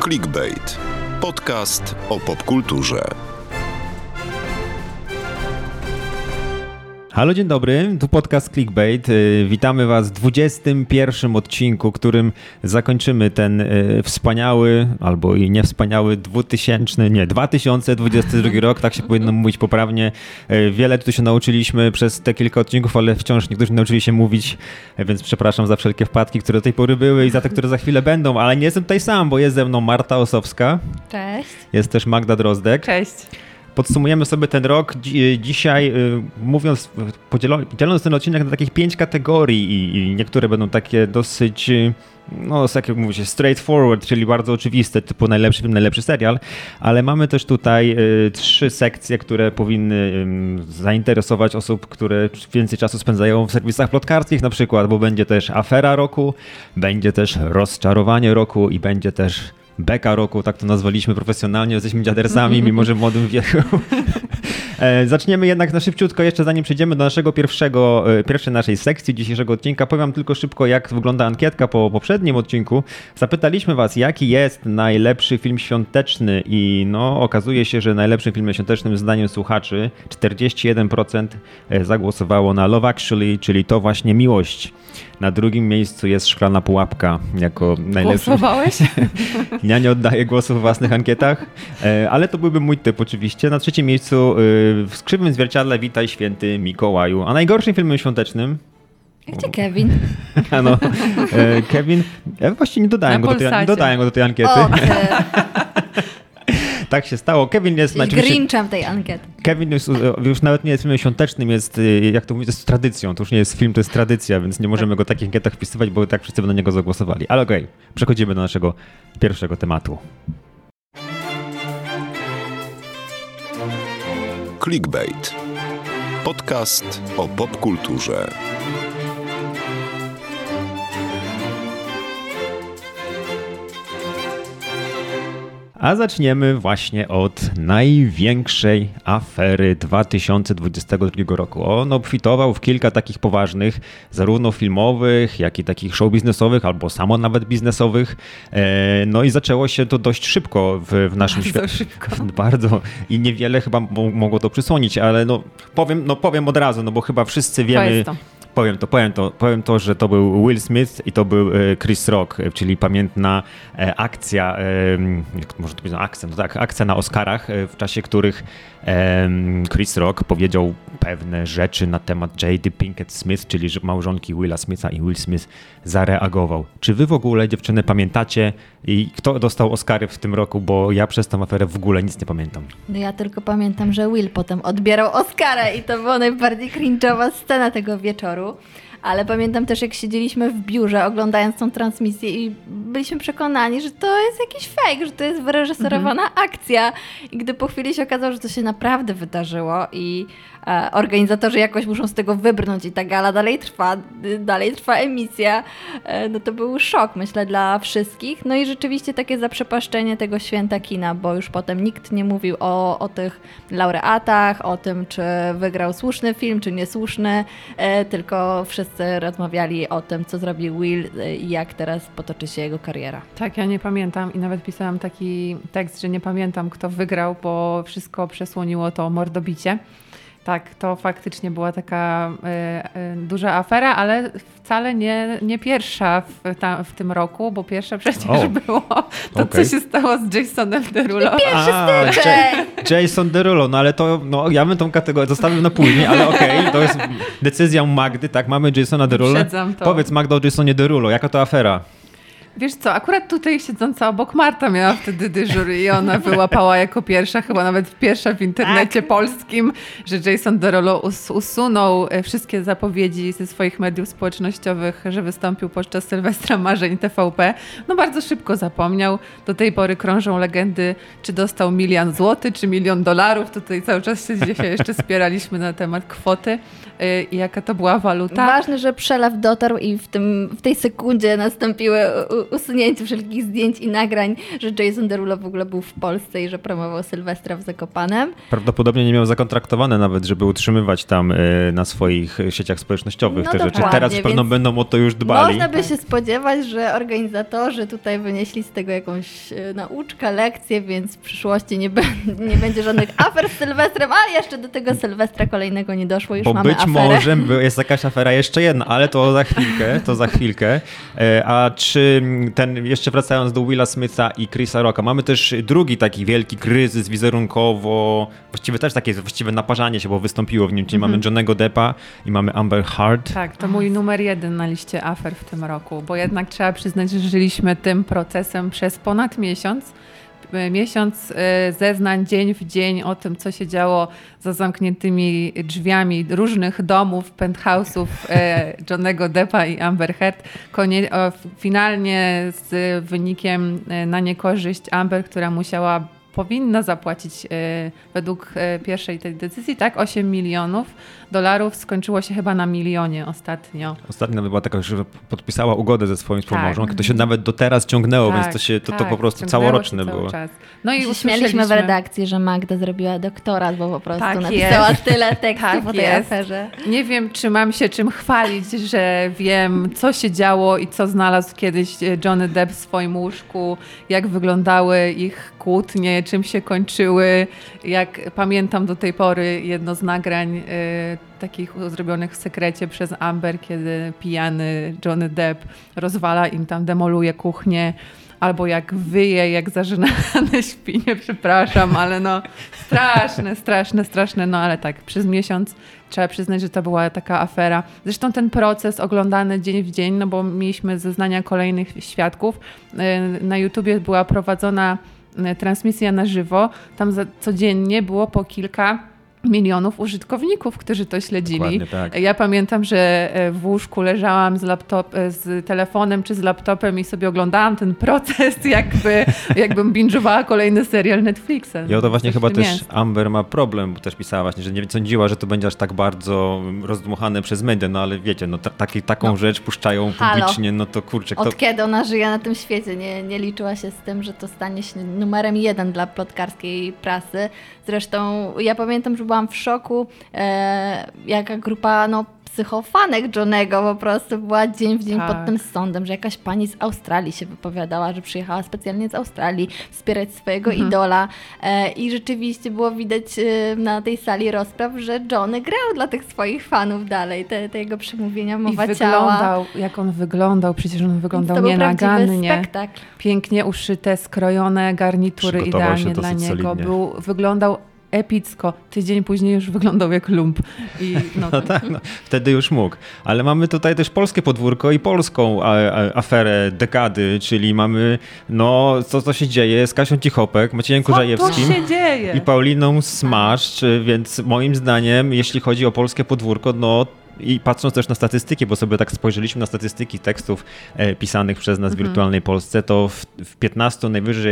Clickbait. Podcast o popkulturze. Halo, dzień dobry, tu podcast Clickbait. Witamy Was w 21. odcinku, którym zakończymy ten wspaniały, albo i niewspaniały 2022 rok, tak się powinno mówić poprawnie. Wiele tu się nauczyliśmy przez te kilka odcinków, ale wciąż niektórzy nauczyli się mówić, więc przepraszam za wszelkie wpadki, które do tej pory były i za te, które za chwilę będą, ale nie jestem tutaj sam, bo jest ze mną Marta Osowska. Cześć. Jest też Magda Drozdek. Cześć. Podsumujemy sobie ten rok dzisiaj, dzieląc ten odcinek na takich 5 kategorii i niektóre będą takie dosyć, jak mówi się, straightforward, czyli bardzo oczywiste, typu najlepszy film, najlepszy serial, ale mamy też tutaj 3 sekcje, które powinny zainteresować osób, które więcej czasu spędzają w serwisach plotkarskich na przykład, bo będzie też afera roku, będzie też rozczarowanie roku i będzie też beka roku, tak to nazwaliśmy profesjonalnie, jesteśmy dziadersami, mimo że w młodym wieku. Zaczniemy jednak na szybciutko, jeszcze zanim przejdziemy do pierwszej naszej sekcji dzisiejszego odcinka. Powiem tylko szybko, jak wygląda ankietka po poprzednim odcinku. Zapytaliśmy Was, jaki jest najlepszy film świąteczny i okazuje się, że najlepszym filmem świątecznym zdaniem słuchaczy 41% zagłosowało na Love Actually, czyli To właśnie miłość. Na drugim miejscu jest Szklana pułapka jako najlepszy. Głosowałeś? Ja nie oddaję głosu w własnych ankietach, ale to byłby mój typ oczywiście. Na trzecim miejscu w Krzywym zwierciadle Witaj Święty Mikołaju. A najgorszym filmem świątecznym? Gdzie Kevin? Kevin, ja właściwie nie dodałem go do tej ankiety. Tak się stało. Kevin jest Grinchem tej ankiety. Kevin już nawet nie jest filmem świątecznym, jest, jak to mówić, jest tradycją. To już nie jest film, to jest tradycja, więc nie możemy go w takich ankietach wpisywać, bo tak wszyscy by na niego zagłosowali. Ale okej, przechodzimy do naszego pierwszego tematu. Clickbait. Podcast o popkulturze. A zaczniemy właśnie od największej afery 2022 roku. On obfitował w kilka takich poważnych, zarówno filmowych, jak i takich show biznesowych, albo samo nawet biznesowych. No i zaczęło się to dość szybko w naszym świecie. Bardzo szybko. Bardzo. I niewiele chyba mogło to przysłonić, ale powiem od razu, bo chyba wszyscy wiemy. Powiem to, że to był Will Smith i to był Chris Rock, czyli pamiętna akcja, może to być akcja, akcja na Oscarach, w czasie których Chris Rock powiedział pewne rzeczy na temat Jady Pinkett Smith, czyli małżonki Willa Smitha, i Will Smith zareagował. Czy wy w ogóle, dziewczyny, pamiętacie i kto dostał Oscary w tym roku, bo ja przez tę aferę w ogóle nic nie pamiętam. No ja tylko pamiętam, że Will potem odbierał Oscara i to była najbardziej cringe'owa scena tego wieczoru. Ale pamiętam też, jak siedzieliśmy w biurze oglądając tą transmisję i byliśmy przekonani, że to jest jakiś fake, że to jest wyreżyserowana akcja. I gdy po chwili się okazało, że to się naprawdę wydarzyło i organizatorzy jakoś muszą z tego wybrnąć i ta gala dalej trwa emisja, no to był szok, myślę, dla wszystkich. No i rzeczywiście takie zaprzepaszczenie tego święta kina, bo już potem nikt nie mówił o tych laureatach, o tym, czy wygrał słuszny film, czy niesłuszny, tylko wszyscy rozmawiali o tym, co zrobił Will i jak teraz potoczy się jego kariera. Tak, ja nie pamiętam i nawet pisałam taki tekst, że nie pamiętam, kto wygrał, bo wszystko przesłoniło to mordobicie. Tak, to faktycznie była taka duża afera, ale wcale nie pierwsza w tym roku, bo pierwsza przecież było to, co się stało z Jasonem Derulo. Pierwszy styczeń! Jason Derulo, ale to, ja bym tą kategorię zostawił na później, ale okej, to jest decyzja Magdy, tak, mamy Jasona Derulo. Powiedz, Magda, o Jasonie Derulo, jaka to afera? Wiesz co, akurat tutaj siedząca obok Marta miała wtedy dyżur i ona wyłapała jako pierwsza, chyba nawet pierwsza w internecie polskim, że Jason Derulo usunął wszystkie zapowiedzi ze swoich mediów społecznościowych, że wystąpił podczas Sylwestra Marzeń TVP. No bardzo szybko zapomniał. Do tej pory krążą legendy, czy dostał $1 000 000 czy $1 000 000. Tutaj cały czas się jeszcze spieraliśmy na temat kwoty i jaka to była waluta. Ważne, że przelew dotarł i w tej sekundzie nastąpiły usunięciu wszelkich zdjęć i nagrań, że Jason Derulo w ogóle był w Polsce i że promował Sylwestra w Zakopanem. Prawdopodobnie nie miał zakontraktowane nawet, żeby utrzymywać tam na swoich sieciach społecznościowych te rzeczy. Teraz już pewno będą o to już dbali. Można by się spodziewać, że organizatorzy tutaj wynieśli z tego jakąś nauczkę, lekcję, więc w przyszłości nie będzie żadnych afer z Sylwestrem, a jeszcze do tego Sylwestra kolejnego nie doszło, już mamy aferę. Bo być może jest jakaś afera jeszcze jedna, ale to za chwilkę. A czy jeszcze wracając do Willa Smitha i Chrisa Rocka, mamy też drugi taki wielki kryzys wizerunkowo, właściwie też takie naparzanie się, bo wystąpiło w nim, czyli mamy Johnnego Deppa i mamy Amber Heard. Tak, to mój numer 1 na liście afer w tym roku, bo jednak trzeba przyznać, że żyliśmy tym procesem przez ponad miesiąc zeznań dzień w dzień o tym, co się działo za zamkniętymi drzwiami różnych domów, penthouse'ów Johnnego Deppa i Amber Heard. Finalnie z wynikiem na niekorzyść Amber, która powinna zapłacić według pierwszej tej decyzji, tak, $8 milionów. Skończyło się chyba na 1 milionie ostatnio. Ostatnio była taka, że podpisała ugodę ze swoim współmałżonkiem. To się nawet do teraz ciągnęło, więc to po prostu całoroczne było. Czas. No i śmialiśmy w redakcji, że Magda zrobiła doktorat, bo po prostu napisała tyle tekstów o tej aferze. Nie wiem, czy mam się czym chwalić, że wiem, co się działo i co znalazł kiedyś Johnny Depp w swoim łóżku, jak wyglądały ich kłótnie, czym się kończyły. Jak pamiętam do tej pory jedno z nagrań takich zrobionych w sekrecie przez Amber, kiedy pijany Johnny Depp rozwala im tam, demoluje kuchnię, albo jak wyje, jak zażynane świnie, przepraszam, ale no straszne, no ale tak, przez miesiąc trzeba przyznać, że to była taka afera. Zresztą ten proces oglądany dzień w dzień, no bo mieliśmy zeznania kolejnych świadków. Na YouTubie była prowadzona transmisja na żywo, tam codziennie było po kilka milionów użytkowników, którzy to śledzili. Tak. Ja pamiętam, że w łóżku leżałam z telefonem czy z laptopem i sobie oglądałam ten proces, jakbym binge'owała kolejny serial Netflixa. I o to właśnie chyba też Amber ma problem, bo też pisała właśnie, że nie sądziła, że to będzie aż tak bardzo rozdmuchane przez media, no ale wiecie, no taką rzecz puszczają publicznie, no to kurczę. Od kiedy ona żyje na tym świecie? Nie liczyła się z tym, że to stanie się numerem 1 dla plotkarskiej prasy. Zresztą ja pamiętam, że byłam w szoku, jaka grupa psychofanek Johnego po prostu była dzień w dzień pod tym sądem, że jakaś pani z Australii się wypowiadała, że przyjechała specjalnie z Australii wspierać swojego idola i rzeczywiście było widać na tej sali rozpraw, że Johnny grał dla tych swoich fanów dalej, te jego przemówienia, mowa ciała. Jak on wyglądał, przecież on wyglądał nienagannie. Spektakl. Pięknie uszyte, skrojone garnitury idealnie dla niego. Wyglądał epicko. Tydzień później już wyglądał jak lump. Wtedy już mógł. Ale mamy tutaj też polskie podwórko i polską aferę dekady, czyli mamy co się dzieje z Kasią Cichopek, Maciejem Kurzajewskim i Pauliną Smaszcz, więc moim zdaniem, jeśli chodzi o polskie podwórko, i patrząc też na statystyki, bo sobie tak spojrzeliśmy na statystyki tekstów pisanych przez nas w Wirtualnej Polsce, to w 15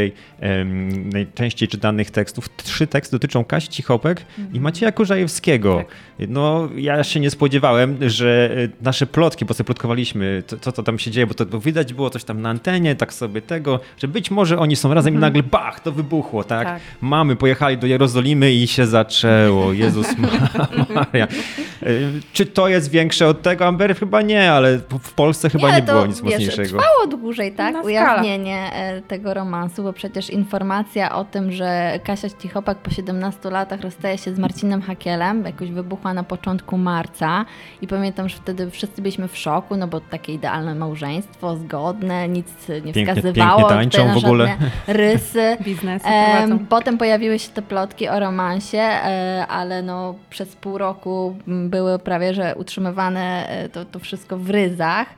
najczęściej czytanych tekstów 3 teksty dotyczą Kasi Cichopek i Macieja Kurzajewskiego. Tak. No, ja się nie spodziewałem, że nasze plotki, bo sobie plotkowaliśmy, co tam się dzieje, bo widać było coś tam na antenie, tak sobie że być może oni są razem i nagle bach, to wybuchło, tak? Mamy pojechali do Jerozolimy i się zaczęło. Jezus Maria. Czy to jest większe od tego? Amber chyba nie, ale w Polsce chyba nie było nic mocniejszego. Trwało dłużej, tak? Ujawnienie tego romansu, bo przecież informacja o tym, że Kasia Cichopek po 17 latach rozstaje się z Marcinem Hakielem, jakoś wybuchła na początku marca i pamiętam, że wtedy wszyscy byliśmy w szoku, bo takie idealne małżeństwo, zgodne, nic nie wskazywało. Pięknie tańczą w ogóle. Rysy. Biznesy potem pojawiły się te plotki o romansie, ale przez pół roku były prawie, że utrzymywane to wszystko w ryzach.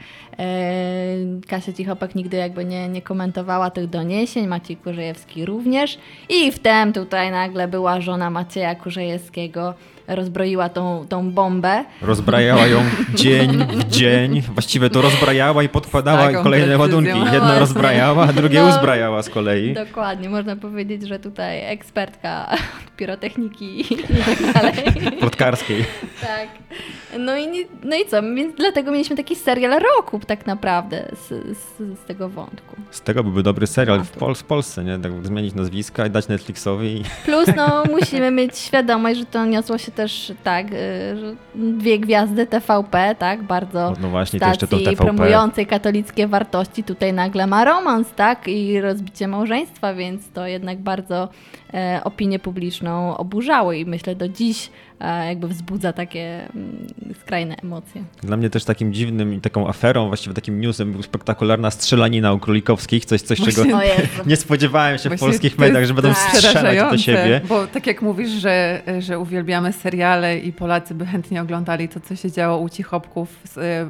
Kasia Cichopek nigdy jakby nie komentowała tych doniesień, Maciej Kurzajewski również i wtem tutaj nagle była żona Macieja Kurzajewskiego rozbroiła tą bombę. Rozbrajała ją dzień w dzień. Właściwie to rozbrajała i podkładała kolejne ładunki. Jedno rozbrajała, a drugie uzbrajała z kolei. Dokładnie. Można powiedzieć, że tutaj ekspertka od pirotechniki i tak dalej. Plotkarskiej. Tak. No i co? Więc dlatego mieliśmy taki serial roku tak naprawdę z tego wątku. Z tego byłby dobry serial w Polsce, nie? Tak zmienić nazwiska i dać Netflixowi. Plus musimy mieć świadomość, że to niosło się też tak, że 2 gwiazdy TVP, tak? Bardzo no właśnie, stacji to jeszcze to TVP. promującej katolickie wartości tutaj nagle ma romans, tak? I rozbicie małżeństwa, więc to jednak bardzo opinię publiczną oburzało i myślę do dziś jakby wzbudza takie skrajne emocje. Dla mnie też takim dziwnym i taką aferą, właściwie takim newsem był spektakularna strzelanina u Królikowskich, coś czego nie spodziewałem się w polskich mediach, że będą strzelać do siebie. Bo tak jak mówisz, że uwielbiamy seriale i Polacy by chętnie oglądali to, co się działo u Cichopków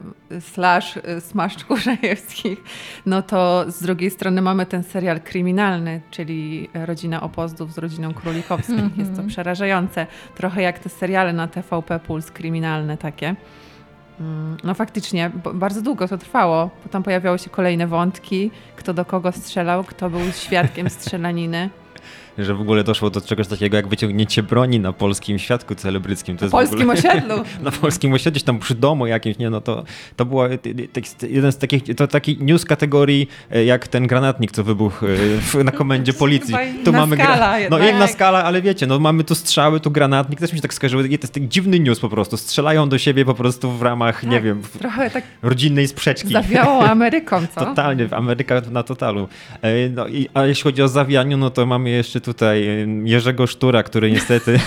/ Smaszcz Kurzajewskich, no to z drugiej strony mamy ten serial kryminalny, czyli Rodzina Opozdów z rodziną Królikowskich. Jest to przerażające. Trochę jak te seriale na TVP Puls kryminalne takie. No faktycznie, bardzo długo to trwało. Potem pojawiały się kolejne wątki, kto do kogo strzelał, kto był świadkiem strzelaniny. Że w ogóle doszło do czegoś takiego jak wyciągnięcie broni na polskim świadku celebryckim. To jest polskim osiedlu. Na polskim osiedlu, tam przy domu jakimś, nie, no to było jeden z takich, to taki news kategorii jak ten granatnik, co wybuchł na komendzie policji. Tu mamy inna skala, ale wiecie, no mamy tu strzały, tu granatnik, też mi się tak skojarzyło, to jest taki dziwny news po prostu, strzelają do siebie po prostu w ramach, nie wiem, trochę tak rodzinnej sprzeczki. Zawiało Ameryką, co? Totalnie, Ameryka na totalu. A jeśli chodzi o zawianiu, no to mamy jeszcze tutaj Jerzego Sztura, który niestety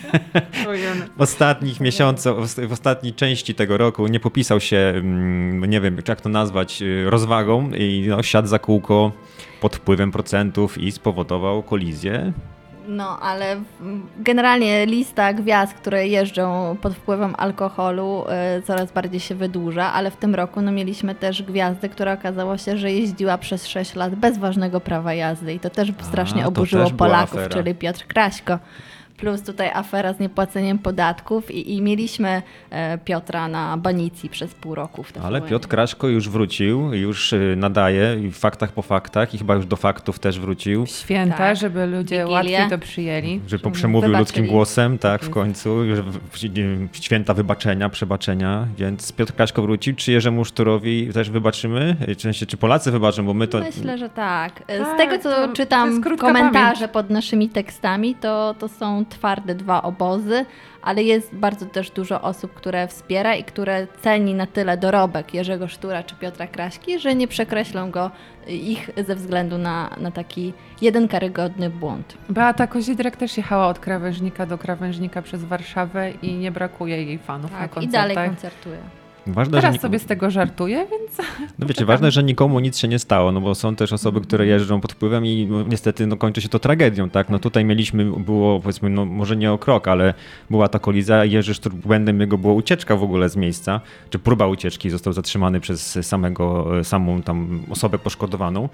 w ostatnich miesiącach, w ostatniej części tego roku nie popisał się, nie wiem jak to nazwać, rozwagą i siadł za kółko pod wpływem procentów i spowodował kolizję. No, ale generalnie lista gwiazd, które jeżdżą pod wpływem alkoholu coraz bardziej się wydłuża, ale w tym roku mieliśmy też gwiazdę, która okazało się, że jeździła przez 6 lat bez ważnego prawa jazdy i to też strasznie oburzyło Polaków, czyli Piotr Kraśko. Plus tutaj afera z niepłaceniem podatków i mieliśmy Piotra na banicji przez pół roku. Ale Piotr Kraśko już wrócił, już nadaje i w faktach po faktach i chyba już do faktów też wrócił. Święta, tak, żeby ludzie łatwiej to przyjęli. Żeby przemówił ludzkim głosem, tak, w końcu. Święta wybaczenia, przebaczenia, więc Piotr Kraśko wrócił. Czy Jerzemu Szturowi też wybaczymy? Czy Polacy wybaczą, bo my to... Myślę, że tak. Z tego, co czytam komentarze pod naszymi tekstami, to są twarde 2 obozy, ale jest bardzo też dużo osób, które wspiera i które ceni na tyle dorobek Jerzego Sztura czy Piotra Kraśki, że nie przekreślą go ich ze względu na taki jeden karygodny błąd. Beata Kozidrak też jechała od krawężnika do krawężnika przez Warszawę i nie brakuje jej fanów na koncertach. I dalej koncertuje. Ważne, teraz sobie z tego żartuję, więc... No wiecie, ważne, że nikomu nic się nie stało, no bo są też osoby, które jeżdżą pod wpływem i niestety kończy się to tragedią, tak? No tutaj było powiedzmy, może nie o krok, ale była ta kolizja, Jerzy Sztur, błędem jego była ucieczka w ogóle z miejsca, czy próba ucieczki, został zatrzymany przez samą tam osobę poszkodowaną.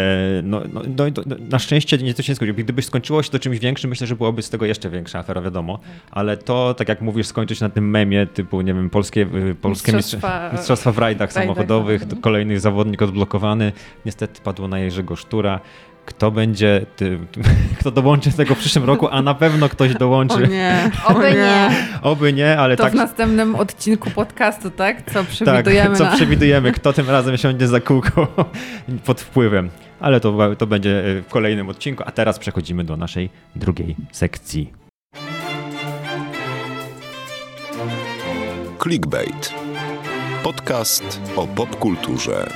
Na szczęście to się nie skończyło. Gdyby skończyło się to czymś większym, myślę, że byłaby z tego jeszcze większa afera, wiadomo, ale to, tak jak mówisz, skończy się na tym memie typu, nie wiem, polskie mistrzostwa w rajdach samochodowych, kolejny zawodnik odblokowany. Niestety padło na Jerzego Sztura. Kto dołączy z tego w przyszłym roku, a na pewno ktoś dołączy. O nie, Oby nie, ale to tak. W następnym odcinku podcastu, tak? Co przewidujemy? Tak, przewidujemy, kto tym razem siądzie za kółko pod wpływem. Ale to będzie w kolejnym odcinku, a teraz przechodzimy do naszej drugiej sekcji. Clickbait. Podcast o popkulturze.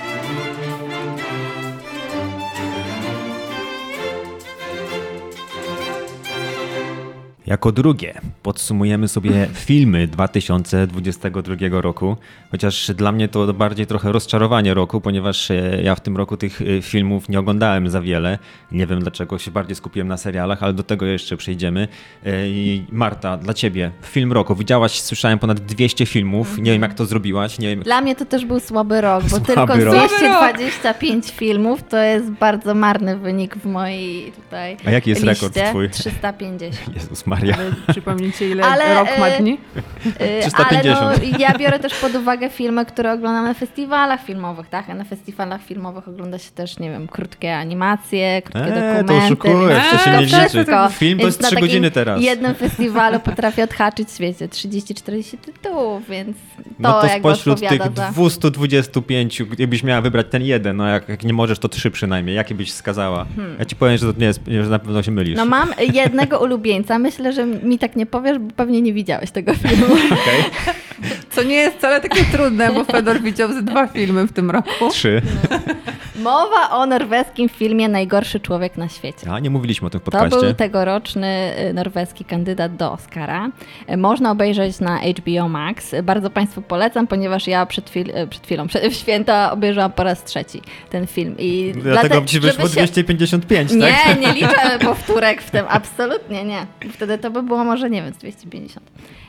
Jako drugie podsumujemy sobie filmy 2022 roku, chociaż dla mnie to bardziej trochę rozczarowanie roku, ponieważ ja w tym roku tych filmów nie oglądałem za wiele. Nie wiem dlaczego, się bardziej skupiłem na serialach, ale do tego jeszcze przejdziemy. I Marta, dla ciebie film roku. Widziałaś, słyszałem ponad 200 filmów. Nie wiem jak to zrobiłaś. Nie wiem. Dla mnie to też był słaby rok, bo tylko 225 filmów to jest bardzo marny wynik w mojej tutaj A jaki jest liście. rekord twój? 350. Jezus Maria. Maria. Przypomnijcie, ile rok ma dni? 350. Ale ja biorę też pod uwagę filmy, które oglądam na festiwalach filmowych, tak? A na festiwalach filmowych ogląda się też, nie wiem, krótkie animacje, krótkie dokumenty. To oszukujesz, to się nie liczy. Film to jest 3 godziny teraz. W jednym festiwalu potrafię odhaczyć, wiecie, 30-40 tytułów, więc to jakby spośród odpowiada tych za... 225, gdybyś miała wybrać ten jeden, no jak nie możesz, to 3 przynajmniej. Jakie byś wskazała? Ja ci powiem, że to nie jest, że na pewno się mylisz. No mam jednego ulubieńca. Myślę, że mi tak nie powiesz, bo pewnie nie widziałeś tego filmu. Okay. Co nie jest wcale takie trudne, bo Fedor widział ze 2 filmy w tym roku. 3. Mowa o norweskim filmie Najgorszy człowiek na świecie. A, nie mówiliśmy o tym w podcaście. To był tegoroczny norweski kandydat do Oscara. Można obejrzeć na HBO Max. Bardzo Państwu polecam, ponieważ ja w święta obejrzałam po raz 3 ten film. I dlatego ci wyszło 255, tak? Nie liczę powtórek w tym. Absolutnie nie. Wtedy to by było może, nie wiem, 250.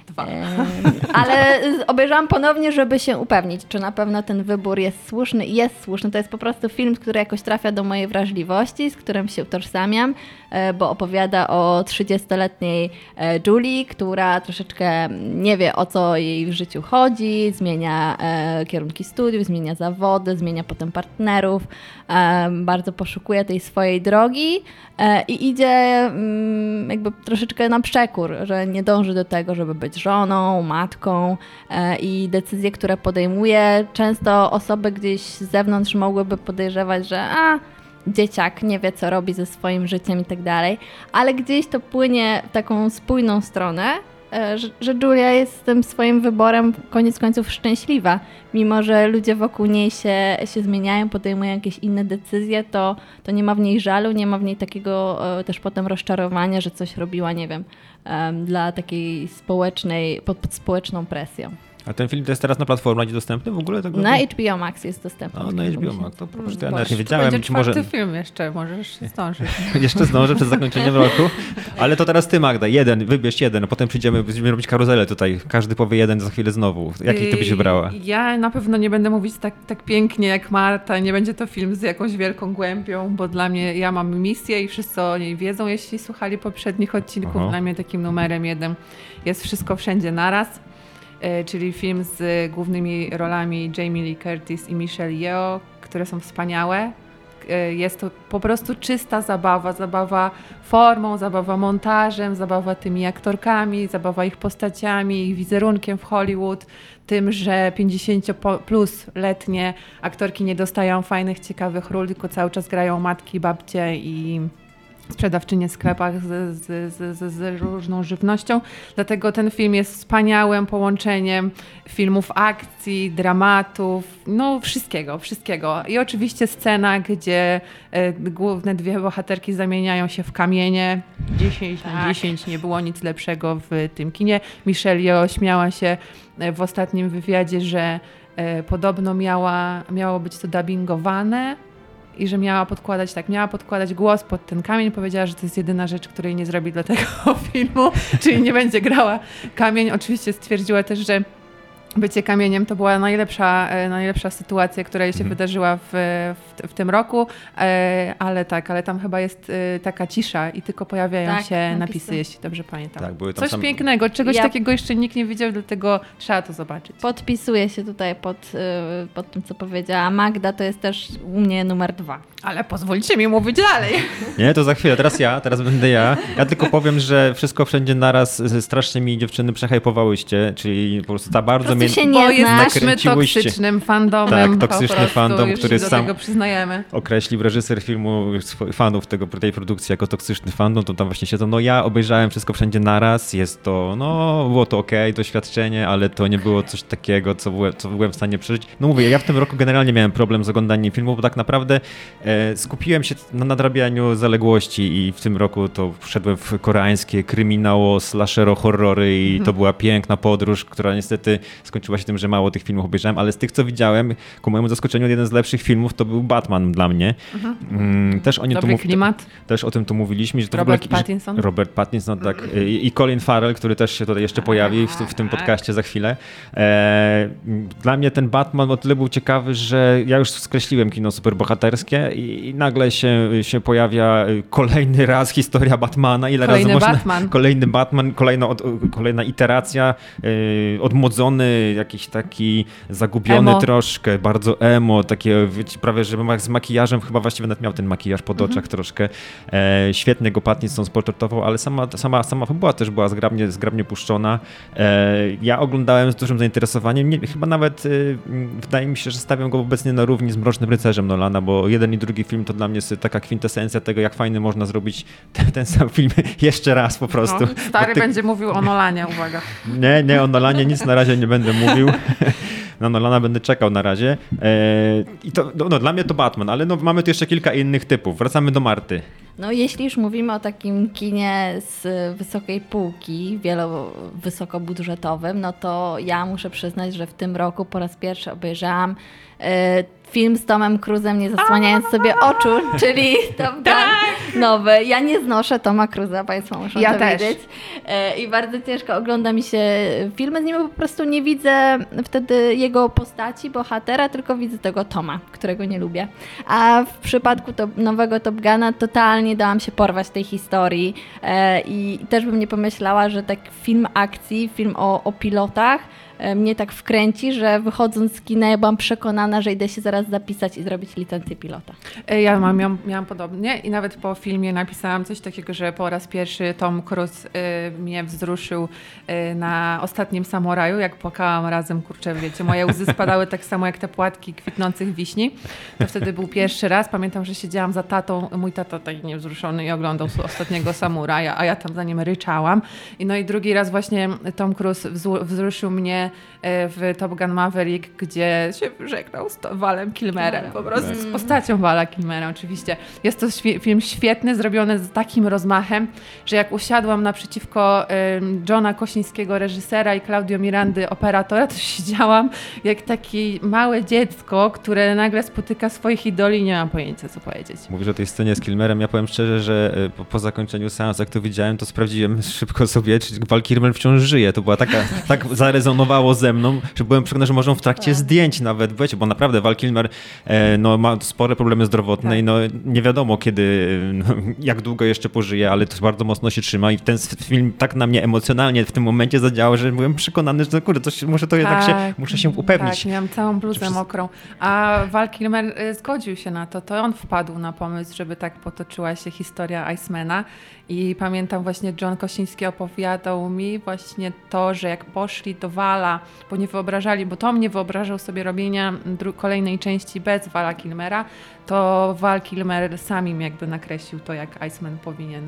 Ale obejrzałam ponownie, żeby się upewnić, czy na pewno ten wybór jest słuszny. Jest słuszny. To jest po prostu film, który jakoś trafia do mojej wrażliwości, z którym się utożsamiam, bo opowiada o 30-letniej Julie, która troszeczkę nie wie, o co jej w życiu chodzi, zmienia kierunki studiów, zmienia zawody, zmienia potem partnerów, bardzo poszukuje tej swojej drogi i idzie jakby troszeczkę na przekór, że nie dąży do tego, żeby być żoną, matką i decyzje, które podejmuje, często osoby gdzieś z zewnątrz mogłyby podejrzewać, że dzieciak nie wie, co robi ze swoim życiem i tak dalej, ale gdzieś to płynie w taką spójną stronę, że Julia jest z tym swoim wyborem koniec końców szczęśliwa. Mimo że ludzie wokół niej się zmieniają, podejmują jakieś inne decyzje, to nie ma w niej żalu, nie ma w niej takiego też potem rozczarowania, że coś robiła, nie wiem, dla takiej społecznej, pod społeczną presją. A ten film to jest teraz na platformach dostępny w ogóle? Tego? Na HBO Max jest dostępny. Na HBO Max, to proszę, to ja nawet nie To wiedziałem. będzie 4. film jeszcze, możesz zdążyć. Jeszcze zdążę przed zakończeniem roku. Ale to teraz ty, Magda, wybierz jeden, a potem będziemy robić karuzelę tutaj. Każdy powie jeden za chwilę znowu. Jaki ty byś wybrała? Ja na pewno nie będę mówić tak pięknie jak Marta. Nie będzie to film z jakąś wielką głębią, bo dla mnie, ja mam misję i wszyscy o niej wiedzą, jeśli słuchali poprzednich odcinków. Aha. Dla mnie takim numerem 1 jest Wszystko wszędzie naraz. Czyli film z głównymi rolami Jamie Lee Curtis i Michelle Yeoh, które są wspaniałe. Jest to po prostu czysta zabawa formą, zabawa montażem, zabawa tymi aktorkami, zabawa ich postaciami, ich wizerunkiem w Hollywood, tym, że 50-plus-letnie aktorki nie dostają fajnych, ciekawych ról, tylko cały czas grają matki, babcie i sprzedawczynie w sklepach z różną żywnością. Dlatego ten film jest wspaniałym połączeniem filmów akcji, dramatów, no wszystkiego. I oczywiście scena, gdzie główne 2 bohaterki zamieniają się w kamienie. 10 na 10, nie było nic lepszego w tym kinie. Michelle Yeoh śmiała się w ostatnim wywiadzie, że podobno miało być to dubbingowane, i że miała podkładać głos pod ten kamień. Powiedziała, że to jest jedyna rzecz, której nie zrobi dla tego filmu, czyli nie będzie grała kamień. Oczywiście stwierdziła też, że bycie kamieniem to była najlepsza sytuacja, która jej się wydarzyła w tym roku, ale tam chyba jest taka cisza i tylko pojawiają się napisy, jeśli dobrze pamiętam. Tak, były tam coś pięknego, czegoś takiego jeszcze nikt nie widział, dlatego trzeba to zobaczyć. Podpisuję się tutaj pod tym, co powiedziała Magda, to jest też u mnie numer 2. Ale pozwólcie mi mówić dalej. Nie, to za chwilę, teraz będę ja. Ja tylko powiem, że Wszystko wszędzie naraz strasznie mi dziewczyny przehajpowałyście, czyli po prostu ta bardzo mnie bo jesteśmy toksycznym fandomem. Tak, toksyczny fandom, który sam określił reżyser filmu fanów tej produkcji jako toksyczny fandom, to tam właśnie siedzą. No ja obejrzałem Wszystko wszędzie naraz, jest to, było to okej, doświadczenie, ale to nie było coś takiego, co byłem w stanie przeżyć. No mówię, ja w tym roku generalnie miałem problem z oglądaniem filmu, bo tak naprawdę skupiłem się na nadrabianiu zaległości i w tym roku to wszedłem w koreańskie kryminało, slashero, horrory i to była piękna podróż, która niestety skończyła się tym, że mało tych filmów obejrzałem, ale z tych, co widziałem, ku mojemu zaskoczeniu, jeden z lepszych filmów to był Batman dla mnie. Też o tym tu mówiliśmy. Że to Robert Pattinson, tak. I Colin Farrell, który też się tutaj jeszcze pojawi w tym podcaście za chwilę. Dla mnie ten Batman o tyle był ciekawy, że ja już skreśliłem kino superbohaterskie i nagle się pojawia kolejny raz historia Batmana. Kolejny Batman, kolejna iteracja, odmłodzony, jakiś taki zagubiony troszkę, bardzo emo, takie prawie, że z makijażem, chyba właściwie nawet miał ten makijaż pod oczach troszkę. Świetnie go Pattinson sportretował, ale sama fabuła też była zgrabnie puszczona. Ja oglądałem z dużym zainteresowaniem. Chyba nawet wydaje mi się, że stawiam go obecnie na równi z Mrocznym Rycerzem Nolana, bo jeden i drugi film to dla mnie jest taka kwintesencja tego, jak fajny można zrobić ten sam film jeszcze raz po prostu. Stary będzie mówił o Nolanie, uwaga. Nie, o Nolanie nic na razie nie będę mówił. Na Nolana będę czekał na razie. I to, dla mnie to Batman, ale mamy tu jeszcze kilka innych typów. Wracamy do Marty. No jeśli już mówimy o takim kinie z wysokiej półki, wysokobudżetowym, no to ja muszę przyznać, że w tym roku po raz pierwszy obejrzałam film z Tomem Cruise'em, nie zasłaniając sobie oczu, czyli Top Gun nowy. Ja nie znoszę Toma Cruise'a, Państwo muszą to wiedzieć. I bardzo ciężko ogląda mi się filmy z nim, bo po prostu nie widzę wtedy jego postaci, bohatera, tylko widzę tego Toma, którego nie lubię. A w przypadku nowego Top Guna totalnie dałam się porwać tej historii i też bym nie pomyślała, że tak film akcji, film o pilotach mnie tak wkręci, że wychodząc z kina ja byłam przekonana, że idę się zaraz zapisać i zrobić licencję pilota. Ja miałam podobnie i nawet po filmie napisałam coś takiego, że po raz pierwszy Tom Cruise mnie wzruszył na Ostatnim Samuraju, jak płakałam razem, kurczę, wiecie, moje łzy spadały tak samo jak te płatki kwitnących wiśni. To wtedy był pierwszy raz. Pamiętam, że siedziałam za tatą, mój tata taki niewzruszony i oglądał Ostatniego Samuraja, a ja tam za nim ryczałam. I drugi raz właśnie Tom Cruise wzruszył mnie w Top Gun Maverick, gdzie się żegnał z Valem Kilmerem, po prostu z postacią Vala Kilmera oczywiście. Jest to film świetny, zrobiony z takim rozmachem, że jak usiadłam naprzeciwko Johna Kosińskiego, reżysera, i Claudio Mirandy, operatora, to siedziałam jak takie małe dziecko, które nagle spotyka swoich idoli i nie mam pojęcia, co powiedzieć. Mówisz o tej scenie z Kilmerem. Ja powiem szczerze, że po zakończeniu seansu, jak to widziałem, to sprawdziłem szybko sobie, czy Val Kilmer wciąż żyje. To była tak zarezonowało ze mną, że byłem przekonany, że może on w trakcie zdjęć nawet, wiecie, bo naprawdę Val Kilmer ma spore problemy zdrowotne i nie wiadomo kiedy, jak długo jeszcze pożyje, ale to bardzo mocno się trzyma i ten film tak na mnie emocjonalnie w tym momencie zadziałał, że byłem przekonany, że muszę się upewnić. Tak, miałam całą bluzę mokrą. A Val Kilmer zgodził się na to. To on wpadł na pomysł, żeby tak potoczyła się historia Icemana. I pamiętam właśnie John Kosiński opowiadał mi właśnie to, że jak poszli do Vala, bo Tom nie wyobrażał sobie robienia kolejnej części bez Vala Kilmera, to Val Kilmer sam im jakby nakreślił to, jak Iceman powinien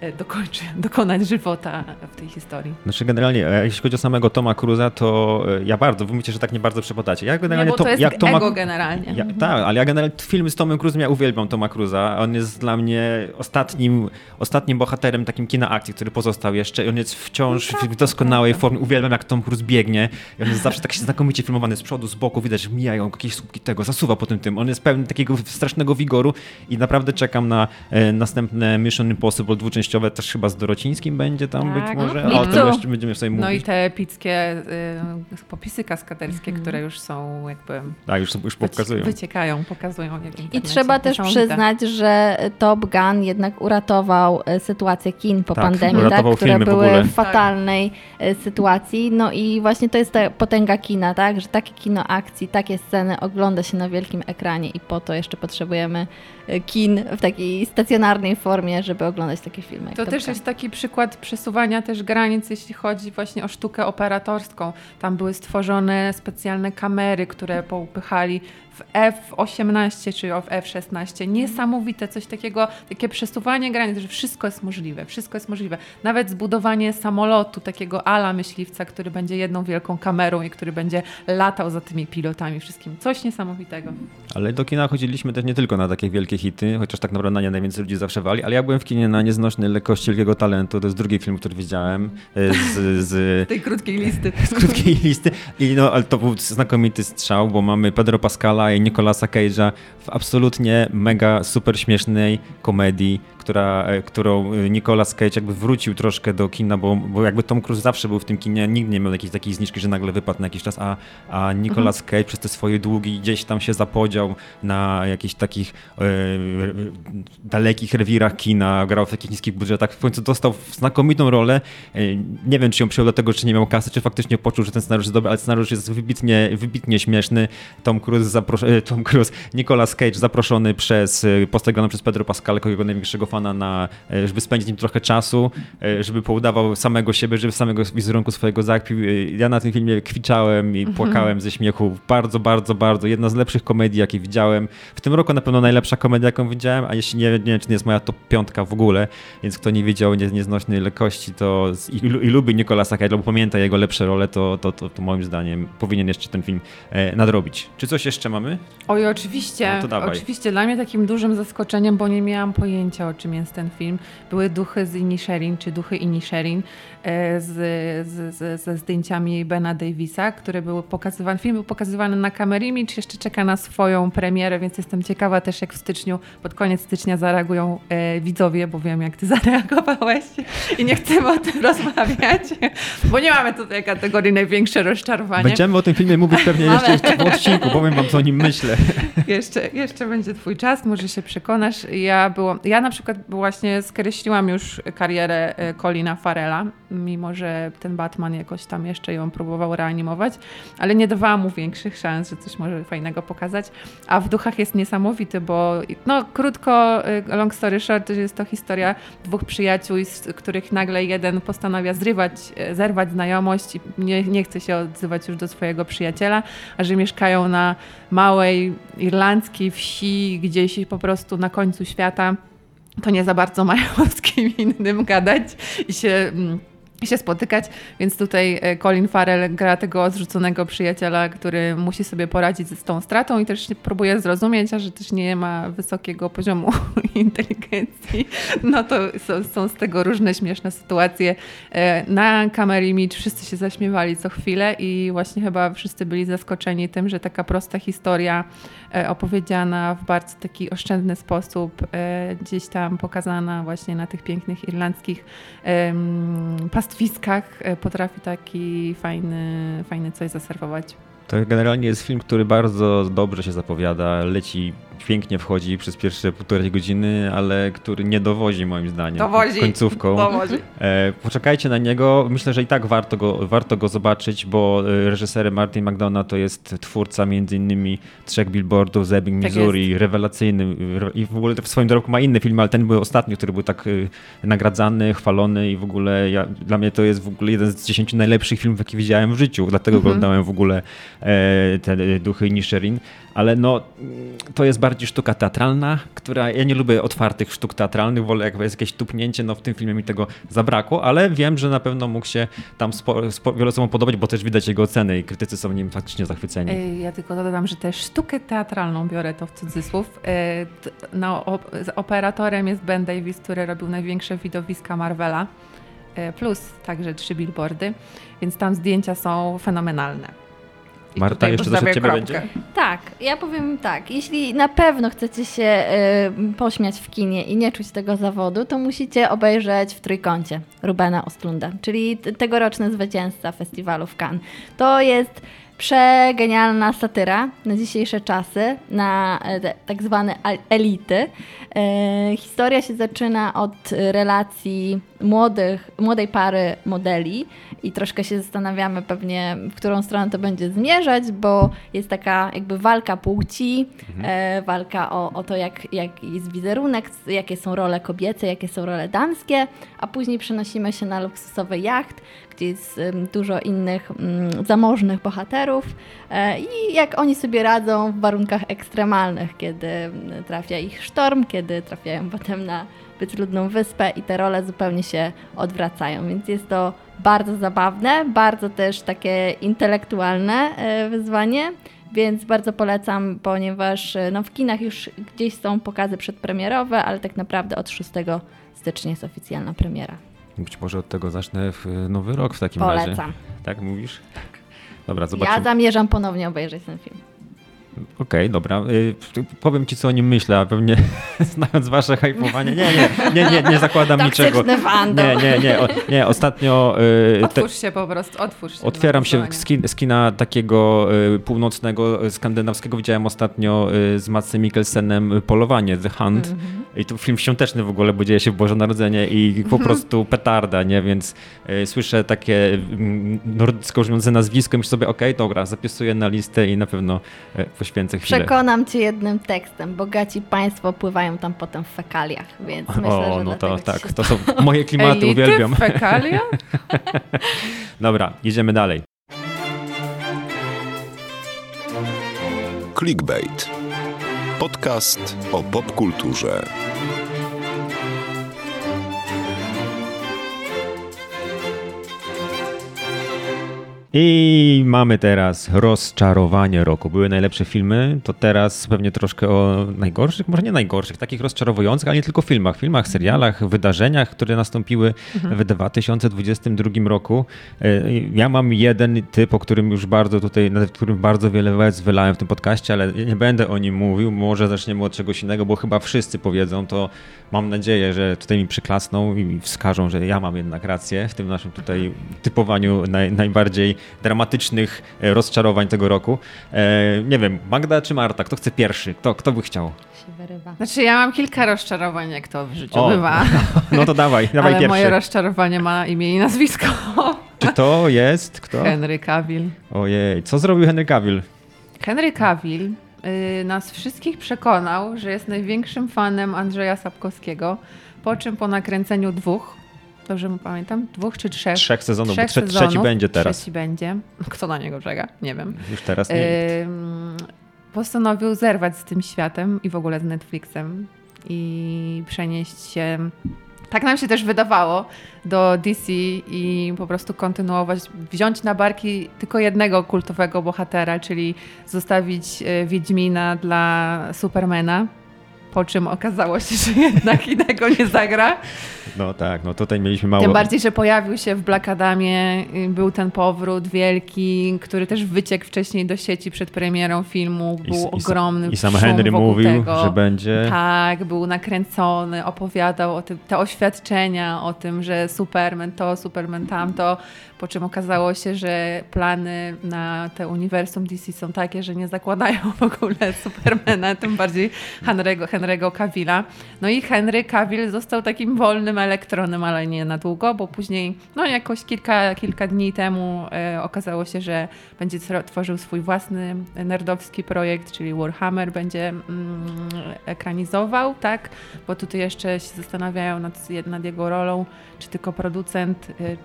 dokonać żywota w tej historii. Znaczy generalnie, jeśli chodzi o samego Toma Cruise'a, to wy mówicie, że tak nie bardzo przepadacie. Ja generalnie to jest ego generalnie. Tak, ale ja generalnie filmy z Tomem Cruise'em, ja uwielbiam Toma Cruise'a. On jest dla mnie ostatnim bohaterem takim kina akcji, który pozostał jeszcze. On jest wciąż w doskonałej formie. Uwielbiam, jak Tom Cruise biegnie. On jest zawsze tak znakomicie filmowany z przodu, z boku. Widać, że mijają jakieś słupki tego, zasuwa po tym. On jest pełny takiego strasznego wigoru i naprawdę czekam na następne Mission Impossible dwuczęściowe, też chyba z Dorocińskim będzie tam być może. O tym jeszcze będziemy sobie mówić. No i te epickie popisy kaskaderskie, które już są jakby... już pokazują. Pokazują. I trzeba też przyznać, że Top Gun jednak uratował sytuację kin po pandemii, które były w fatalnej sytuacji. No i właśnie to jest ta potęga kina, tak? Że takie kino akcji, takie sceny ogląda się na wielkim ekranie i po to jeszcze potrzebujemy kin w takiej stacjonarnej formie, żeby oglądać takie filmy. To też jest taki przykład przesuwania też granic, jeśli chodzi właśnie o sztukę operatorską. Tam były stworzone specjalne kamery, które poupychali w F-18 czy w F-16. Niesamowite, coś takiego, takie przesuwanie granic, że wszystko jest możliwe. Nawet zbudowanie samolotu, takiego ala myśliwca, który będzie jedną wielką kamerą i który będzie latał za tymi pilotami wszystkim. Coś niesamowitego. Ale do kina chodziliśmy też nie tylko na takie wielkie hity, chociaż tak naprawdę na nie najwięcej ludzi zawsze wali, ale ja byłem w kinie na Nieznośny nieznośnej lekkości wielkiego talentu. To jest drugi film, który widziałem z tej krótkiej listy. Z krótkiej listy. Ale to był znakomity strzał, bo mamy Pedro Pascala i Nicolasa Cage'a w absolutnie mega super śmiesznej komedii, którą Nicolas Cage jakby wrócił troszkę do kina, bo jakby Tom Cruise zawsze był w tym kinie, nigdy nie miał jakiejś takiej zniżki, że nagle wypadł na jakiś czas, a Nicolas Cage przez te swoje długi gdzieś tam się zapodział na jakichś takich dalekich rewirach kina, grał w takich niskich budżetach, w końcu dostał znakomitą rolę. Nie wiem, czy ją przyjął dlatego, czy nie miał kasy, czy faktycznie poczuł, że ten scenariusz jest dobry, ale scenariusz jest wybitnie śmieszny. Nicolas Cage zaproszony postawiony przez Pedro Pascala, jego największego fana, żeby spędzić nim trochę czasu, żeby poudawał samego siebie, żeby samego wizerunku swojego zakpił. Ja na tym filmie kwiczałem i płakałem ze śmiechu. Bardzo, bardzo, bardzo. Jedna z lepszych komedii, jakie widziałem. W tym roku na pewno najlepsza komedia, jaką widziałem, a jeśli nie wiem, czy nie jest moja top 5 w ogóle, więc kto nie widział Nieznośnej lekkości i lubi Nicolasa Cage'a, bo pamięta jego lepsze role, to moim zdaniem powinien jeszcze ten film nadrobić. Czy coś jeszcze mamy? Oj, oczywiście. No to dawaj. Oczywiście. Dla mnie takim dużym zaskoczeniem, bo nie miałam pojęcia, o czym jest ten film, były duchy z Inisherin, czy duchy Inisherin ze zdjęciami Bena Davisa, które były pokazywane. Film był pokazywany na Camerimage, jeszcze czeka na swoją premierę, więc jestem ciekawa też, jak w styczniu, pod koniec stycznia zareagują widzowie, bo wiem, jak ty zareagowałeś i nie chcemy o tym rozmawiać, bo nie mamy tutaj kategorii największe rozczarowanie. Będziemy o tym filmie mówić pewnie jeszcze w odcinku, powiem wam, co o nim myślę. Jeszcze będzie twój czas, może się przekonasz. Ja na przykład właśnie skreśliłam już karierę Colina Farrella, mimo że ten Batman jakoś tam jeszcze ją próbował reanimować, ale nie dawałam mu większych szans, że coś może fajnego pokazać. A w Duchach jest niesamowity, bo krótko, long story short, jest to historia dwóch przyjaciół, z których nagle jeden postanawia zerwać znajomość i nie chce się odzywać już do swojego przyjaciela, a że mieszkają na małej irlandzkiej wsi, gdzieś po prostu na końcu świata, to nie za bardzo mają z kim innym gadać i się spotykać, więc tutaj Colin Farrell gra tego odrzuconego przyjaciela, który musi sobie poradzić z tą stratą i też próbuje zrozumieć, a że też nie ma wysokiego poziomu inteligencji, no to są z tego różne śmieszne sytuacje. Na Camerimage wszyscy się zaśmiewali co chwilę i właśnie chyba wszyscy byli zaskoczeni tym, że taka prosta historia opowiedziana w bardzo taki oszczędny sposób, gdzieś tam pokazana właśnie na tych pięknych irlandzkich pastwiskach potrafi taki fajny coś zaserwować. To generalnie jest film, który bardzo dobrze się zapowiada, leci, pięknie wchodzi przez pierwsze 1,5 godziny, ale który nie dowozi moim zdaniem końcówką. Poczekajcie na niego. Myślę, że i tak warto go zobaczyć, bo reżyserem Martin McDonagh to jest twórca m.in. 3 Billboardów z Ebbing, Missouri, rewelacyjny i w ogóle w swoim dorobku ma inne filmy, ale ten był ostatni, który był tak nagradzany, chwalony i w ogóle dla mnie to jest w ogóle jeden z 10 najlepszych filmów, jakie widziałem w życiu, dlatego oglądałem w ogóle te Duchy Inisherin, ale to jest bardziej sztuka teatralna, ja nie lubię otwartych sztuk teatralnych, wolę jak jest jakieś tupnięcie, w tym filmie mi tego zabrakło, ale wiem, że na pewno mógł się tam wiele osobom podobać, bo też widać jego oceny i krytycy są nim faktycznie zachwyceni. Ja tylko dodam, że też sztukę teatralną, biorę to w cudzysłów, operatorem jest Ben Davis, który robił największe widowiska Marvela, plus także 3 Billboardy, więc tam zdjęcia są fenomenalne. Marta, jeszcze coś od ciebie będzie? Tak, ja powiem tak. Jeśli na pewno chcecie się pośmiać w kinie i nie czuć tego zawodu, to musicie obejrzeć W trójkącie Rubena Östlunda, czyli tegoroczny zwycięzca festiwalu w Cannes. To jest przegenialna satyra na dzisiejsze czasy, na tak zwane elity. Historia się zaczyna od relacji młodej pary modeli i troszkę się zastanawiamy pewnie, w którą stronę to będzie zmierzać, bo jest taka jakby walka płci, walka o to, jak jest wizerunek, jakie są role kobiece, jakie są role damskie, a później przenosimy się na luksusowy jacht, gdzie jest dużo innych zamożnych bohaterów i jak oni sobie radzą w warunkach ekstremalnych, kiedy trafia ich sztorm, kiedy trafiają potem na bezludną wyspę i te role zupełnie się odwracają, więc jest to bardzo zabawne, bardzo też takie intelektualne wyzwanie, Więc bardzo polecam, ponieważ w kinach już gdzieś są pokazy przedpremierowe, ale tak naprawdę od 6 stycznia jest oficjalna premiera. Być może od tego zacznę w nowy rok w takim razie. Polecam. Tak mówisz? Tak. Dobra, zobaczymy. Ja zamierzam ponownie obejrzeć ten film. Okej, dobra. Powiem ci, co o nim myślę, a pewnie znając wasze hypowanie, nie zakładam niczego. Nie, ostatnio... Otwórz się po prostu. Otwieram się z kina takiego północnego, skandynawskiego. Widziałem ostatnio z Madsem Mikkelsenem Polowanie, The Hunt. I to film świąteczny w ogóle, bo dzieje się w Boże Narodzenie i po prostu petarda, nie? Więc słyszę takie nordycko brzmiące nazwisko i myślę sobie, okej, dobra, zapisuję na listę i na pewno poświęcę chwilę. Przekonam cię jednym tekstem. Bogaci państwo pływają tam potem w fekaliach, więc myślę, że no to tak, to są moje klimaty, uwielbiam. Fekalia? Dobra, jedziemy dalej. Clickbait. Podcast o popkulturze. I mamy teraz rozczarowanie roku. Były najlepsze filmy, to teraz pewnie troszkę o najgorszych, może nie najgorszych, takich rozczarowujących, ale nie tylko filmach, serialach, wydarzeniach, które nastąpiły w 2022 roku. Ja mam jeden typ, o którym już nad którym bardzo wiele łez wylałem w tym podcaście, ale nie będę o nim mówił, może zaczniemy od czegoś innego, bo chyba wszyscy powiedzą, to mam nadzieję, że tutaj mi przyklasną i wskażą, że ja mam jednak rację w tym naszym tutaj typowaniu najbardziej dramatycznych rozczarowań tego roku. Nie wiem, Magda czy Marta? Kto chce pierwszy? Kto by chciał? się wyrywa. Znaczy ja mam kilka rozczarowań, jak to w życiu bywa. No to dawaj Ale pierwszy. moje rozczarowanie ma imię i nazwisko. Czy to jest kto? Henry Cavill. Ojej, co zrobił Henry Cavill? Henry Cavill nas wszystkich przekonał, że jest największym fanem Andrzeja Sapkowskiego, po czym po nakręceniu 2, dobrze pamiętam, 2 czy 3? 3 sezonów, bo trzeci będzie teraz. Trzeci będzie. Kto na niego czeka? Nie wiem. Już teraz nie. Postanowił zerwać z tym światem i w ogóle z Netflixem i przenieść się, tak nam się też wydawało, do DC i po prostu kontynuować, wziąć na barki tylko jednego kultowego bohatera, czyli zostawić Wiedźmina dla Supermana, po czym okazało się, że jednak innego nie zagra. No tak, no tutaj mieliśmy mało... Tym bardziej, że pojawił się w Black Adamie, był ten powrót wielki, który też wyciekł wcześniej do sieci przed premierą filmu, był ogromny I sam szum Henry wokół mówił, tego. że będzie... Tak, był nakręcony, opowiadał o tym, te oświadczenia o tym, że Superman to, Superman tamto, po czym okazało się, że plany na te uniwersum DC są takie, że nie zakładają w ogóle Supermana, tym bardziej Henry'ego Cavilla. No i Henry Cavill został takim wolnym elektronem, ale nie na długo, bo później, no jakoś kilka dni temu okazało się, że będzie tworzył swój własny nerdowski projekt, czyli Warhammer będzie ekranizował, tak? Bo tutaj jeszcze się zastanawiają nad jego rolą, czy tylko producent,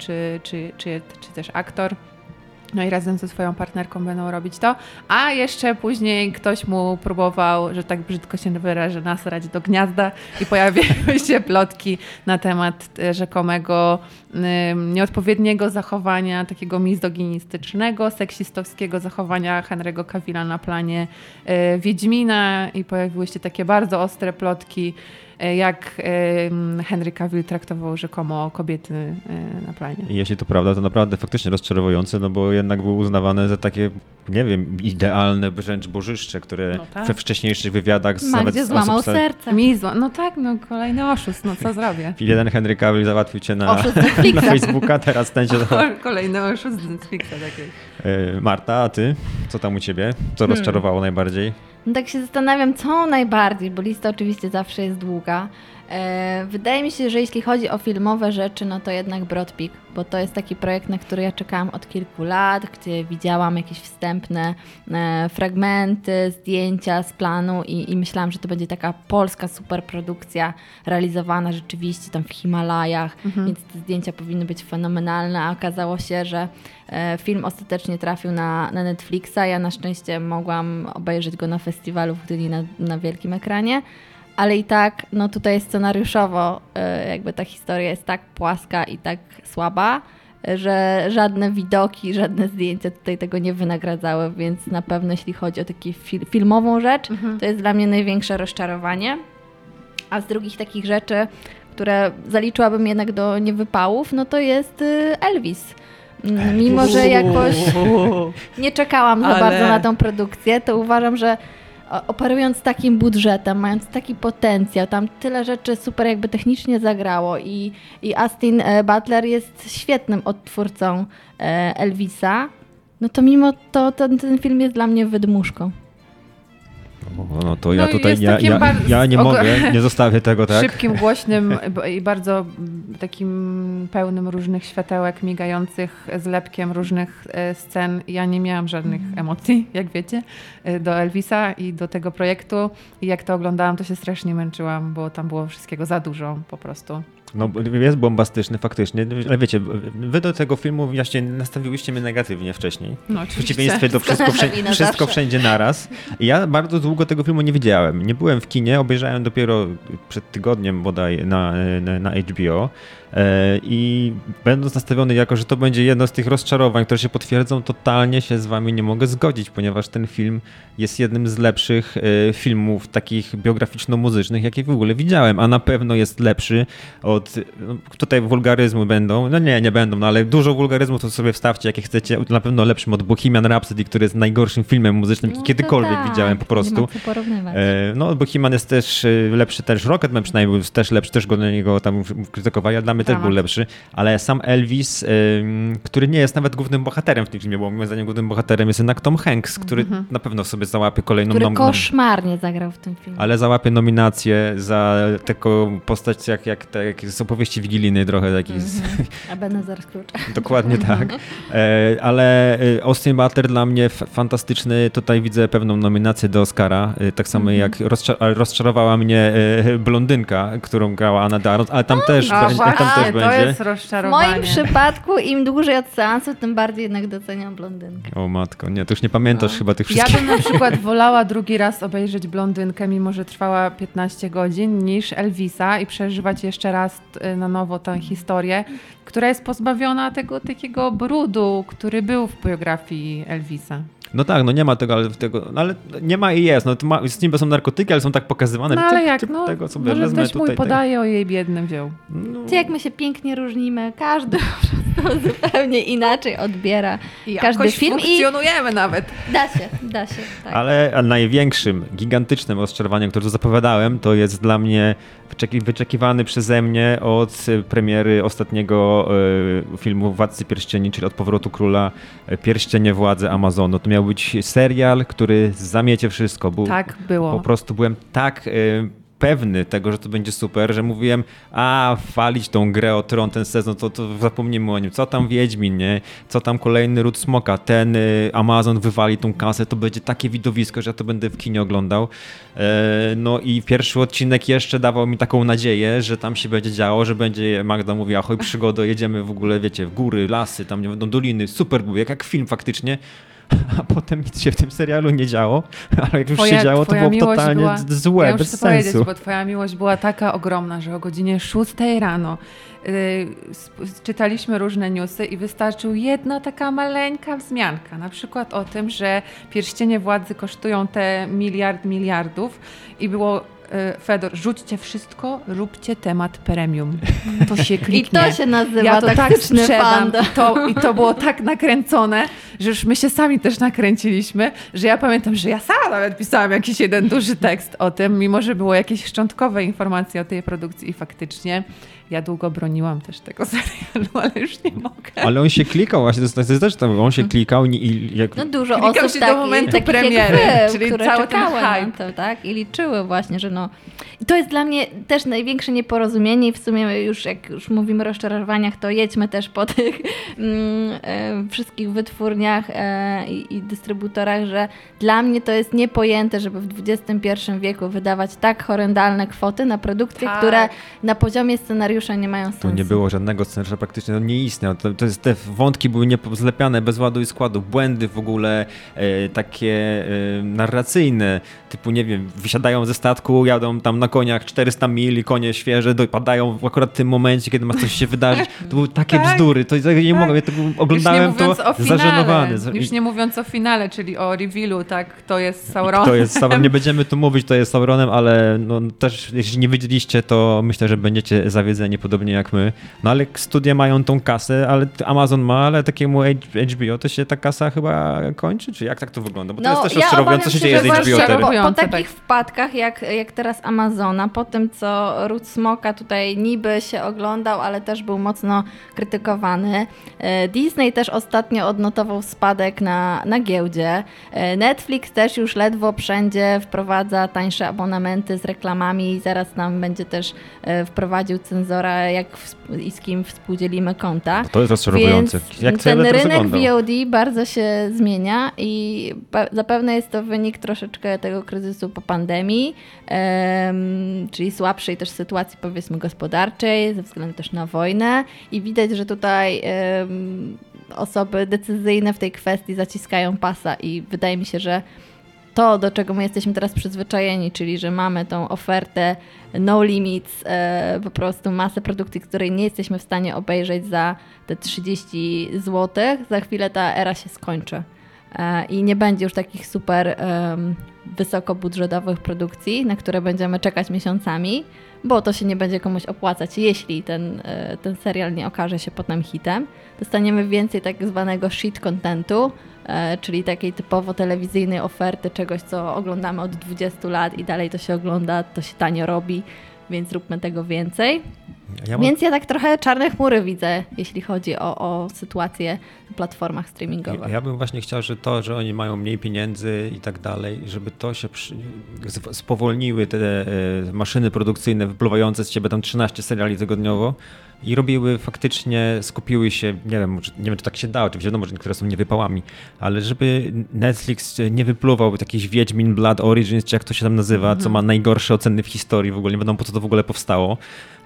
czy też aktor. No i razem ze swoją partnerką będą robić to. A jeszcze później ktoś mu próbował, że tak brzydko się wyrażę, nasrać do gniazda i pojawiły się plotki na temat rzekomego nieodpowiedniego zachowania, takiego mizoginistycznego, seksistowskiego zachowania Henry'ego Cavilla na planie Wiedźmina i pojawiły się takie bardzo ostre plotki, jak Henry Cavill traktował rzekomo kobiety na planie. I jeśli to prawda, to naprawdę faktycznie rozczarowujące, no bo jednak był uznawany za takie, nie wiem, idealne wręcz bożyszcze, które we wcześniejszych wywiadach Magdzie złamał serce. No tak, kolejny oszust, co zrobię? Jeden Henry Cavill załatwił cię na Facebooka, teraz ten się... Kolejny oszust z Netflixa. Marta, a ty? Co tam u ciebie? Co rozczarowało najbardziej? No tak się zastanawiam, co najbardziej, bo lista oczywiście zawsze jest długa. Wydaje mi się, że jeśli chodzi o filmowe rzeczy, no to jednak Broad Peak, bo to jest taki projekt, na który ja czekałam od kilku lat, gdzie widziałam jakieś wstępne fragmenty, zdjęcia z planu i myślałam, że to będzie taka polska superprodukcja realizowana rzeczywiście tam w Himalajach, więc te zdjęcia powinny być fenomenalne, a okazało się, że film ostatecznie trafił na Netflixa. Ja na szczęście mogłam obejrzeć go na festiwalu w Gdyni na wielkim ekranie. Ale i tak, no tutaj scenariuszowo jakby ta historia jest tak płaska i tak słaba, że żadne widoki, żadne zdjęcia tutaj tego nie wynagradzały, więc na pewno jeśli chodzi o taką filmową rzecz, to jest dla mnie największe rozczarowanie. A z drugich takich rzeczy, które zaliczyłabym jednak do niewypałów, no to jest Elvis. Mimo, że jakoś nie czekałam za bardzo na tą produkcję, to uważam, że operując takim budżetem, mając taki potencjał, tam tyle rzeczy super jakby technicznie zagrało i Austin Butler jest świetnym odtwórcą Elvisa, no to mimo to ten film jest dla mnie wydmuszką. No to ja tutaj, ja nie mogę, nie zostawię tego, tak? Szybkim, głośnym i bardzo takim pełnym różnych światełek, migających z lepkiem różnych scen. Ja nie miałam żadnych emocji, jak wiecie, do Elvisa i do tego projektu. I jak to oglądałam, to się strasznie męczyłam, bo tam było wszystkiego za dużo po prostu. No jest bombastyczny faktycznie, ale wiecie, wy do tego filmu właśnie nastawiłyście mnie negatywnie wcześniej. No, w przeciwieństwie do wszystko wszędzie naraz. I ja bardzo długo tego filmu nie widziałem. Nie byłem w kinie, obejrzałem dopiero przed tygodniem bodaj na HBO. I będąc nastawiony jako, że to będzie jedno z tych rozczarowań, które się potwierdzą, totalnie się z wami nie mogę zgodzić, ponieważ ten film jest jednym z lepszych filmów takich biograficzno-muzycznych, jakie w ogóle widziałem, a na pewno jest lepszy od, tutaj wulgaryzmy będą, no nie będą, no ale dużo wulgaryzmów to sobie wstawcie, jakie chcecie, na pewno lepszym od Bohemian Rhapsody, który jest najgorszym filmem muzycznym, jaki kiedykolwiek widziałem po prostu. Nie ma co porównywać. No Bohemian jest też lepszy, też Rocketman przynajmniej był też lepszy, też go na niego tam krytykowali, a dla mnie też był lepszy, ale sam Elvis, który nie jest nawet głównym bohaterem w tym filmie, bo moim zdaniem głównym bohaterem jest jednak Tom Hanks, który na pewno sobie załapie kolejną nominację. Koszmarnie zagrał w tym filmie. Ale załapie nominację za taką postać jak z opowieści wigilijnej trochę. Ebenezer Scrooge. Dokładnie tak. Ale Austin Butler dla mnie fantastyczny. Tutaj widzę pewną nominację do Oscara. Tak samo jak rozczarowała mnie Blondynka, którą grała Anna de Armas, ale tam też będzie. To jest rozczarowanie. W moim przypadku im dłużej od seansu, tym bardziej jednak doceniam Blondynkę. O matko, nie, to już nie pamiętasz chyba tych wszystkich. Ja bym na przykład wolała drugi raz obejrzeć Blondynkę, mimo że trwała 15 godzin, niż Elvisa i przeżywać jeszcze raz na nowo tę historię, która jest pozbawiona tego takiego brudu, który był w biografii Elvisa. No tak, no nie ma tego, ale nie ma i jest. No, z niby są narkotyki, ale są tak pokazywane. No ale jak, no, tego sobie może wezmę ktoś mój podaje o jej biednym wziął. No. Jak my się pięknie różnimy, każdy po prostu zupełnie inaczej odbiera każdy film. Funkcjonujemy nawet. Da się. Tak. Ale największym, gigantycznym rozczarowaniem, które tu zapowiadałem, to jest dla mnie wyczekiwany przeze mnie od premiery ostatniego filmu Władcy Pierścieni, czyli od powrotu króla, Pierścienie Władzy Amazonu. To miał być serial, który zamiecie wszystko. Tak było. Po prostu byłem tak pewny tego, że to będzie super, że mówiłem, walić tą grę o Tron ten sezon, to zapomnimy o nim. Co tam Wiedźmin, nie? Co tam kolejny Ród Smoka? Ten Amazon wywali tą kasę, to będzie takie widowisko, że ja to będę w kinie oglądał. No i pierwszy odcinek jeszcze dawał mi taką nadzieję, że tam się będzie działo, że będzie, Magda mówiła, ahoj przygodo, jedziemy w ogóle, wiecie, w góry, lasy, tam nie będą doliny, super był, jak film faktycznie. A potem nic się w tym serialu nie działo, ale jak już się działo, to było totalnie złe, bez sensu. Powiedzieć, bo twoja miłość była taka ogromna, że o godzinie 6 rano czytaliśmy różne newsy i wystarczył jedna taka maleńka wzmianka, na przykład o tym, że pierścienie władzy kosztują te miliardów i było Fedor, rzućcie wszystko, róbcie temat premium. To się kliknie. I to się nazywa taktyczny fandom. I to było tak nakręcone, że już my się sami też nakręciliśmy, że ja pamiętam, że ja sama nawet pisałam jakiś jeden duży tekst o tym, mimo że było jakieś szczątkowe informacje o tej produkcji i faktycznie ja długo broniłam też tego serialu, ale już nie mogę. Ale on się klikał właśnie, to jest też tam, on się klikał i jak... No dużo klikał osób się do momentu premiery, czyli które cały ten hype. To, tak? I liczyły właśnie, że no... I to jest dla mnie też największe nieporozumienie i w sumie jak już mówimy o rozczarowaniach, to jedźmy też po tych wszystkich wytwórniach i dystrybutorach, że dla mnie to jest niepojęte, żeby w XXI wieku wydawać tak horrendalne kwoty na produkcje, które na poziomie scenariusza nie mają sensu. Tu nie było żadnego scenariusza, praktycznie nie istniał. Te wątki były zlepiane bez ładu i składu, błędy w ogóle takie narracyjne, typu nie wiem, wysiadają ze statku, jadą tam na koniach 400 mil i konie świeże dopadają w akurat tym momencie, kiedy ma coś się wydarzyć. To były takie bzdury, to ja nie mogę, ja oglądałem to zażenowany. Już nie mówiąc o finale, czyli o revealu, tak, kto jest Sauronem. To jest Sauron, nie będziemy tu mówić, to jest Sauronem, ale no też jeśli nie widzieliście, to myślę, że będziecie zawiedzeni podobnie jak my. No ale studia mają tą kasę, ale Amazon ma, ale takiemu HBO to się ta kasa chyba kończy? Czy jak tak to wygląda? Bo to jest też rozczarowujące, co się dzieje z HBO teraz. Po takich wpadkach jak teraz Amazona, po tym co Ród Smoka tutaj niby się oglądał, ale też był mocno krytykowany. Disney też ostatnio odnotował spadek na giełdzie. Netflix też już ledwo wszędzie wprowadza tańsze abonamenty z reklamami i zaraz nam będzie też wprowadził cenzora, jak i z kim współdzielimy konta. To jest rozczarowujące. Jak ten rynek VOD bardzo się zmienia i zapewne jest to wynik troszeczkę tego kryzysu po pandemii, czyli słabszej też sytuacji powiedzmy gospodarczej, ze względu też na wojnę i widać, że tutaj osoby decyzyjne w tej kwestii zaciskają pasa i wydaje mi się, że to, do czego my jesteśmy teraz przyzwyczajeni, czyli że mamy tą ofertę no limits, po prostu masę produkcji, której nie jesteśmy w stanie obejrzeć za te 30 zł, za chwilę ta era się skończy. I nie będzie już takich super wysokobudżetowych produkcji, na które będziemy czekać miesiącami, bo to się nie będzie komuś opłacać, jeśli ten serial nie okaże się potem hitem. Dostaniemy więcej tak zwanego shit contentu, czyli takiej typowo telewizyjnej oferty czegoś, co oglądamy od 20 lat i dalej to się ogląda, to się tanio robi, więc róbmy tego więcej. Więc ja tak trochę czarne chmury widzę, jeśli chodzi o sytuację na platformach streamingowych. Ja bym właśnie chciał, że oni mają mniej pieniędzy i tak dalej, żeby to się spowolniły te maszyny produkcyjne wypluwające z siebie tam 13 seriali tygodniowo i robiły faktycznie, skupiły się, nie wiem, czy tak się da, oczywiście wiadomo, że niektóre są niewypałami, ale żeby Netflix nie wypluwał jakiś Wiedźmin Blood Origins, czy jak to się tam nazywa, co ma najgorsze oceny w historii w ogóle, nie wiadomo po co to w ogóle powstało.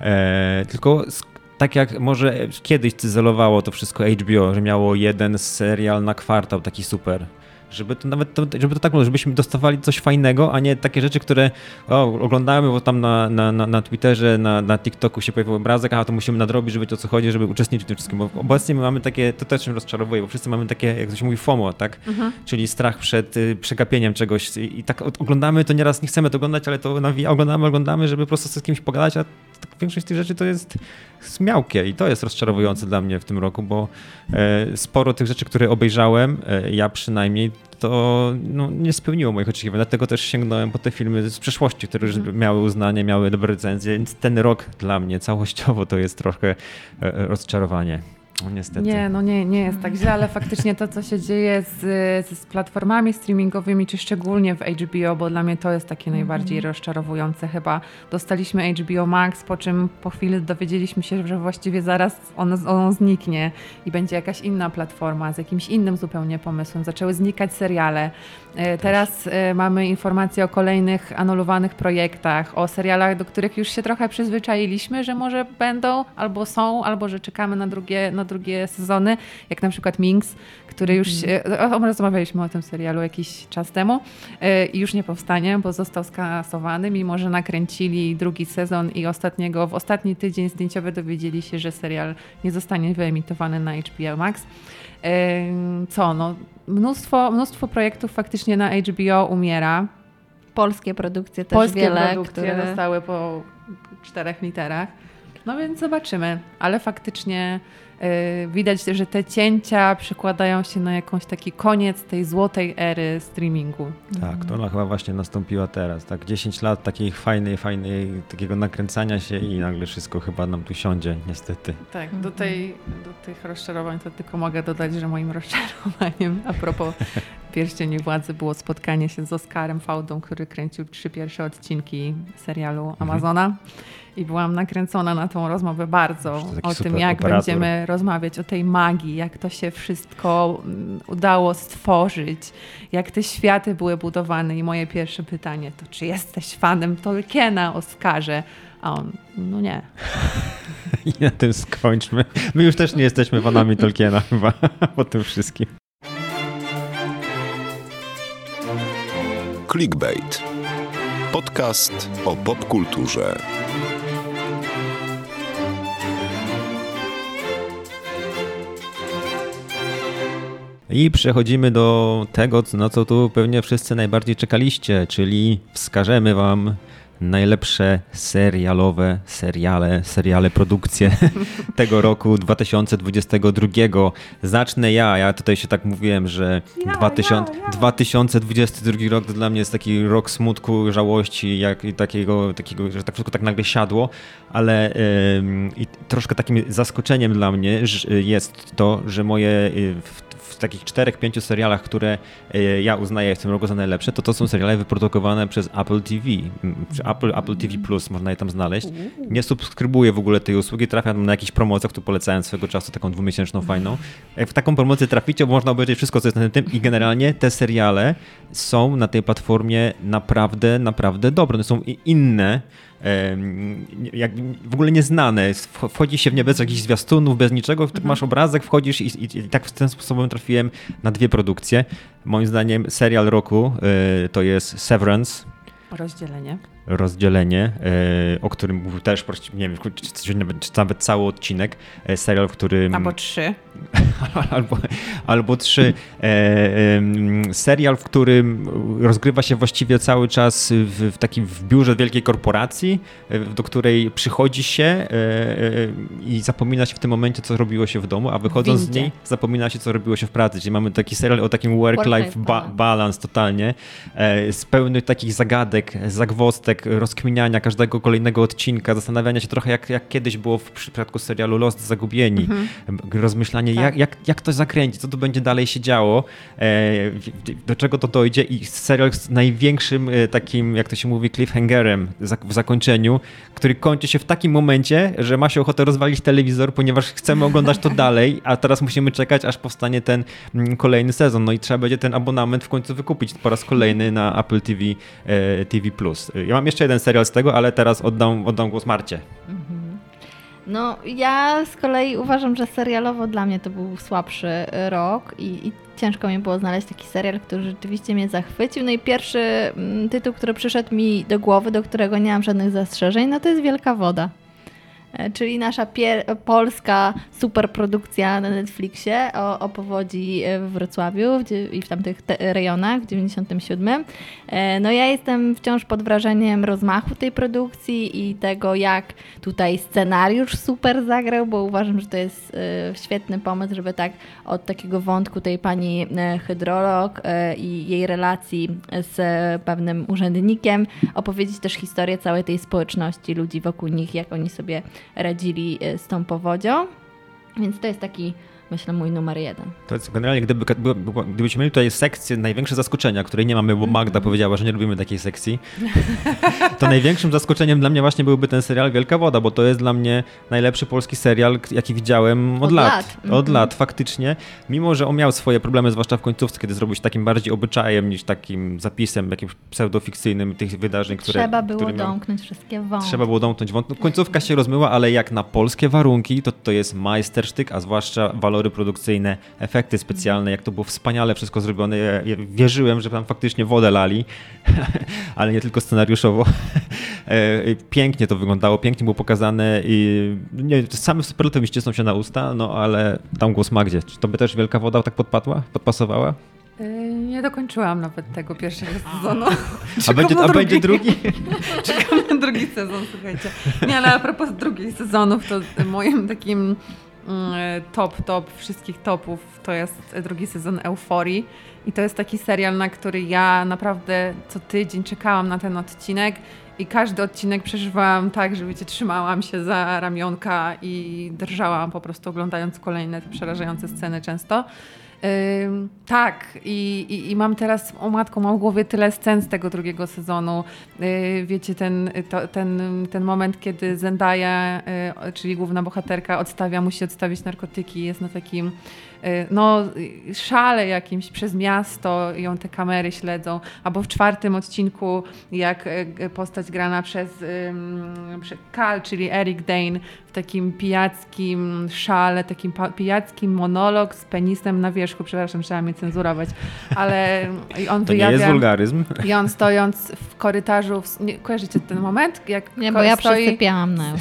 Tylko tak jak może kiedyś cyzelowało to wszystko HBO, że miało jeden serial na kwartał taki super. Żeby to tak było, żebyśmy dostawali coś fajnego, a nie takie rzeczy, które oglądamy, bo tam na Twitterze, na TikToku się pojawił obrazek, to musimy nadrobić, żeby to co chodzi, żeby uczestniczyć w tym wszystkim. Bo obecnie my mamy takie, to też mnie rozczarowuje, bo wszyscy mamy takie, jak to się mówi, FOMO, tak? Czyli strach przed przegapieniem czegoś i tak oglądamy to nieraz, nie chcemy to oglądać, ale to oglądamy, żeby po prostu z kimś pogadać, a większość tych rzeczy to jest miałkie i to jest rozczarowujące dla mnie w tym roku, bo sporo tych rzeczy, które obejrzałem, ja przynajmniej, to nie spełniło moich oczekiwań. Dlatego też sięgnąłem po te filmy z przeszłości, które już miały uznanie, miały dobre recenzje, więc ten rok dla mnie całościowo to jest trochę rozczarowanie. No, niestety. Nie jest tak źle, ale faktycznie to, co się dzieje z platformami streamingowymi, czy szczególnie w HBO, bo dla mnie to jest takie najbardziej rozczarowujące. Chyba dostaliśmy HBO Max, po czym po chwili dowiedzieliśmy się, że właściwie zaraz on zniknie i będzie jakaś inna platforma z jakimś innym zupełnie pomysłem. Zaczęły znikać seriale. Teraz mamy informacje o kolejnych anulowanych projektach, o serialach, do których już się trochę przyzwyczailiśmy, że może będą, albo są, albo że czekamy na drugie sezony, jak na przykład Minx, który już, rozmawialiśmy o tym serialu jakiś czas temu i już nie powstanie, bo został skasowany, mimo że nakręcili drugi sezon i w ostatni tydzień zdjęciowy dowiedzieli się, że serial nie zostanie wyemitowany na HBO Max. Mnóstwo projektów faktycznie na HBO umiera. Polskie produkcje też które zostały po 4 literach. No więc zobaczymy, ale faktycznie widać, że te cięcia przekładają się na jakąś taki koniec tej złotej ery streamingu. Tak, to ona chyba właśnie nastąpiła teraz. Tak, 10 lat takiej fajnej, takiego nakręcania się i nagle wszystko chyba nam tu siądzie, niestety. Tak, do tych rozczarowań to tylko mogę dodać, że moim rozczarowaniem a propos Pierścieni Władzy było spotkanie się z Oscarem Faudą, który kręcił 3 pierwsze odcinki serialu Amazona. I byłam nakręcona na tą rozmowę bardzo o tym, jak będziemy rozmawiać o tej magii, jak to się wszystko udało stworzyć, jak te światy były budowane. I moje pierwsze pytanie to, czy jesteś fanem Tolkiena, Oscarze? A on, no nie. I na tym skończmy. My już też nie jesteśmy fanami Tolkiena chyba po tym wszystkim. Clickbait. Podcast o popkulturze. I przechodzimy do tego, na co tu pewnie wszyscy najbardziej czekaliście, czyli wskażemy wam najlepsze seriale, produkcje tego roku 2022. Zacznę ja tutaj się tak mówiłem, że 2022 rok to dla mnie jest taki rok smutku, żałości, takiego, że tak wszystko tak nagle siadło, ale i troszkę takim zaskoczeniem dla mnie jest to, że moje w takich 4-5 serialach, które ja uznaję w tym roku za najlepsze, to są seriale wyprodukowane przez Apple TV. Apple TV Plus, można je tam znaleźć. Nie subskrybuję w ogóle tej usługi, trafiam na jakichś promocjach, tu polecałem swego czasu taką 2-miesięczną fajną. Jak w taką promocję traficie, bo można obejrzeć wszystko, co jest na tym i generalnie te seriale są na tej platformie naprawdę dobre. One są inne, jak w ogóle nieznane. Wchodzi się w nie bez jakichś zwiastunów, bez niczego, masz obrazek, wchodzisz i tak w ten sposobem trafiłem na 2 produkcje. Moim zdaniem serial roku to jest Severance. Rozdzielenie, o którym mówił też, nie wiem, czy nawet cały odcinek, serial, w którym... Albo 3. albo 3. Serial, w którym rozgrywa się właściwie cały czas w takim biurze wielkiej korporacji, do której przychodzi się i zapomina się w tym momencie, co robiło się w domu, a wychodząc z niej zapomina się, co robiło się w pracy. Czyli mamy taki serial o takim work-life balance totalnie, z pełnych takich zagadek, zagwozdek, rozkminiania każdego kolejnego odcinka, zastanawiania się trochę jak kiedyś było w przypadku serialu Lost, Zagubieni. Rozmyślanie, jak to zakręcić, co tu będzie dalej się działo, do czego to dojdzie i serial z największym takim, jak to się mówi, cliffhangerem w zakończeniu, który kończy się w takim momencie, że ma się ochotę rozwalić telewizor, ponieważ chcemy oglądać to dalej, a teraz musimy czekać, aż powstanie ten kolejny sezon. No i trzeba będzie ten abonament w końcu wykupić po raz kolejny na Apple TV Plus. Ja mam jeszcze jeden serial z tego, ale teraz oddam głos Marcie. No, ja z kolei uważam, że serialowo dla mnie to był słabszy rok i ciężko mi było znaleźć taki serial, który rzeczywiście mnie zachwycił. No i pierwszy tytuł, który przyszedł mi do głowy, do którego nie mam żadnych zastrzeżeń, no to jest Wielka Woda. Czyli nasza polska superprodukcja na Netflixie o powodzi w Wrocławiu i w tamtych rejonach w 97. No ja jestem wciąż pod wrażeniem rozmachu tej produkcji i tego, jak tutaj scenariusz super zagrał, bo uważam, że to jest świetny pomysł, żeby tak od takiego wątku tej pani hydrolog i jej relacji z pewnym urzędnikiem opowiedzieć też historię całej tej społeczności, ludzi wokół nich, jak oni sobie radzili z tą powodzią. Więc to jest taki, myślę, mój numer 1. To jest generalnie, gdybyśmy mieli tutaj sekcję największe zaskoczenia, której nie mamy, bo Magda powiedziała, że nie lubimy takiej sekcji, to największym zaskoczeniem dla mnie właśnie byłby ten serial Wielka Woda, bo to jest dla mnie najlepszy polski serial, jaki widziałem od lat. Od lat, faktycznie. Mimo, że on miał swoje problemy, zwłaszcza w końcówce, kiedy zrobił się takim bardziej obyczajem niż takim zapisem, jakimś pseudofikcyjnym tych wydarzeń, które... Trzeba było domknąć wszystkie wątki. Trzeba było domknąć wątki. Końcówka się rozmyła, ale jak na polskie warunki, to jest majstersztyk, a zwłaszcza walory produkcyjne, efekty specjalne, jak to było wspaniale wszystko zrobione. Ja wierzyłem, że tam faktycznie wodę lali, ale nie tylko scenariuszowo. Pięknie to wyglądało, pięknie było pokazane i nie, same superlatywy ścisną się na usta, no ale dam głos Magdzie. Czy to by też Wielka Woda tak podpasowała? Nie dokończyłam nawet tego pierwszego sezonu. A będzie drugi? Czekam na drugi sezon, słuchajcie. Nie, ale a propos drugich sezonów, to moim takim top wszystkich topów to jest drugi sezon Euforii i to jest taki serial, na który ja naprawdę co tydzień czekałam na ten odcinek i każdy odcinek przeżywałam tak, że wiecie, trzymałam się za ramionka i drżałam po prostu oglądając kolejne te przerażające sceny często. Tak, i mam teraz, o matko, mam w głowie tyle scen z tego drugiego sezonu. Wiecie, ten moment, kiedy Zendaya, czyli główna bohaterka, musi odstawić narkotyki, jest na takim szale jakimś przez miasto ją te kamery śledzą, albo w 4. odcinku jak postać grana przez Cal, czyli Eric Dane w takim pijackim szale, takim pijackim monolog z penisem na wierzchu, przepraszam, trzeba mnie cenzurować, ale on to nie jest wulgaryzm. I on stojąc w korytarzu, kojarzycie ten moment? Jak nie, bo ja przesypiałam na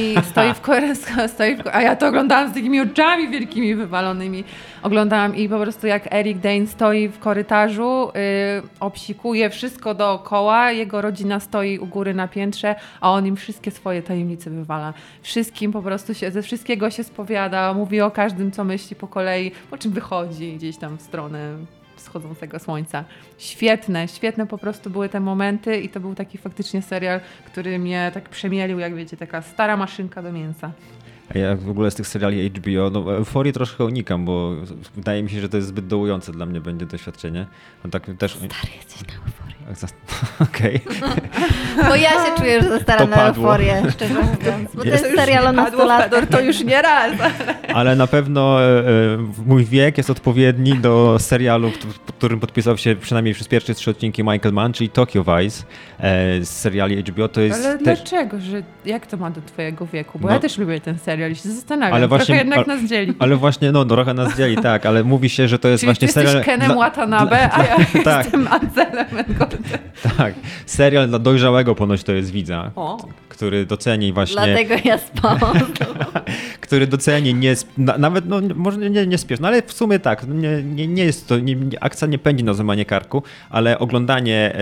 a ja to oglądałam z takimi oczami wielkimi wywalonymi. Oglądałam i po prostu jak Eric Dane stoi w korytarzu, obsikuje wszystko dookoła, jego rodzina stoi u góry na piętrze, a on im wszystkie swoje tajemnice wywala. Wszystkim po prostu ze wszystkiego się spowiada, mówi o każdym, co myśli po kolei, po czym wychodzi gdzieś tam w stronę wschodzącego słońca. Świetne po prostu były te momenty i to był taki faktycznie serial, który mnie tak przemielił, jak wiecie, taka stara maszynka do mięsa. A ja w ogóle z tych seriali HBO, Euforię troszkę unikam, bo wydaje mi się, że to jest zbyt dołujące dla mnie będzie doświadczenie. Tak też... Stary jesteś na Euforię. Okej. Bo ja się czuję, że zostaram na Euforię, szczerze mówiąc. Bo to jest serial o nastolatkach. To już nie raz. Ale na pewno mój wiek jest odpowiedni do serialu, w którym podpisał się przynajmniej przez pierwsze 3 odcinki Michael Mann, czyli Tokyo Vice z seriali HBO. To jest ale dlaczego? Jak to ma do twojego wieku? Bo ja też lubię ten serial i się zastanawiam. Ale właśnie, trochę jednak nas dzieli. Ale właśnie, trochę nas dzieli, tak, ale mówi się, że to jest czyli właśnie ty serial... jesteś Kenem Watanabe, a ja tak. jestem Anselem Mengoldem. Tak, serial dla dojrzałego ponoć to jest widza, który doceni właśnie... Dlatego ja spałam. który doceni nawet, może nie spieszno, ale w sumie tak, nie jest to, akcja nie pędzi na złamanie karku, ale oglądanie,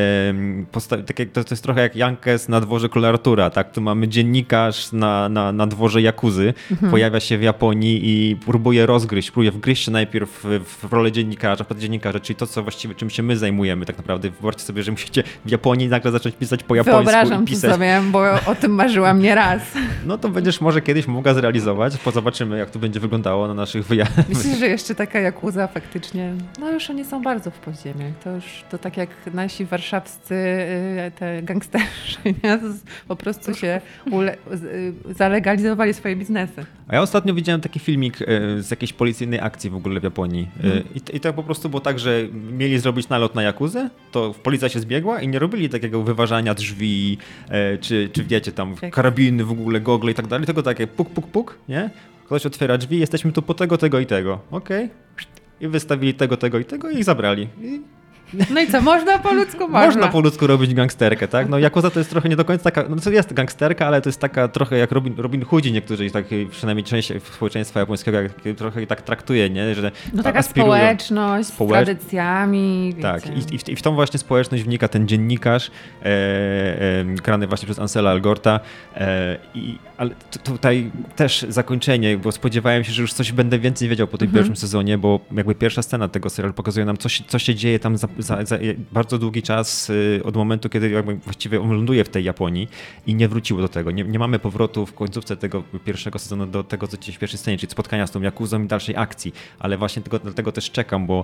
to jest trochę jak Jankes na dworze Króla Artura, tak? Tu mamy dziennikarz na dworze Jakuzy, pojawia się w Japonii i próbuje wgryźć się najpierw w rolę dziennikarza, czyli to, co właściwie, czym się my zajmujemy tak naprawdę. Wyobraźcie sobie, że musicie w Japonii nagle zacząć pisać po japońsku. Wyobrażam i pisać. sobie, bo o tym marzyłam nieraz. No to będziesz może kiedyś mogła zrealizować, zobaczymy, jak to będzie wyglądało na naszych wyjazdach. Myślę, że jeszcze taka Jakuza faktycznie, już oni są bardzo w podziemiach. To tak jak nasi warszawscy te gangsterzy, nie? Po prostu się zalegalizowali swoje biznesy. A ja ostatnio widziałem taki filmik z jakiejś policyjnej akcji w ogóle w Japonii. I to po prostu było tak, że mieli zrobić nalot na Jakuzę, to policja się zbiegła i nie robili takiego wyważania drzwi, czy wiecie, tam karabiny w ogóle, gogle i tak dalej, tylko takie puk, puk, puk, nie? Ktoś otwiera drzwi, jesteśmy tu po tego i tego. Okej. I wystawili tego i tego i ich zabrali. No i co, można po ludzku? Można po ludzku robić gangsterkę, tak? Yakuza to jest trochę nie do końca taka, to jest gangsterka, ale to jest taka trochę jak Robin Hoodzi niektórzy, tak, przynajmniej część społeczeństwa japońskiego trochę tak traktuje, nie? Że taka społeczność z tradycjami. Tak, i w tą właśnie społeczność wnika ten dziennikarz, grany właśnie przez Ansela Elgorta, ale tutaj też zakończenie, bo spodziewałem się, że już coś będę więcej wiedział po tym pierwszym sezonie, bo jakby pierwsza scena tego serialu pokazuje nam, co się dzieje tam za bardzo długi czas od momentu, kiedy jakby właściwie on ląduje w tej Japonii i nie wróciło do tego. Nie mamy powrotu w końcówce tego pierwszego sezonu do tego, co dzieje się w pierwszej scenie, czyli spotkania z tą Jakuzą i dalszej akcji. Ale właśnie dlatego też czekam, bo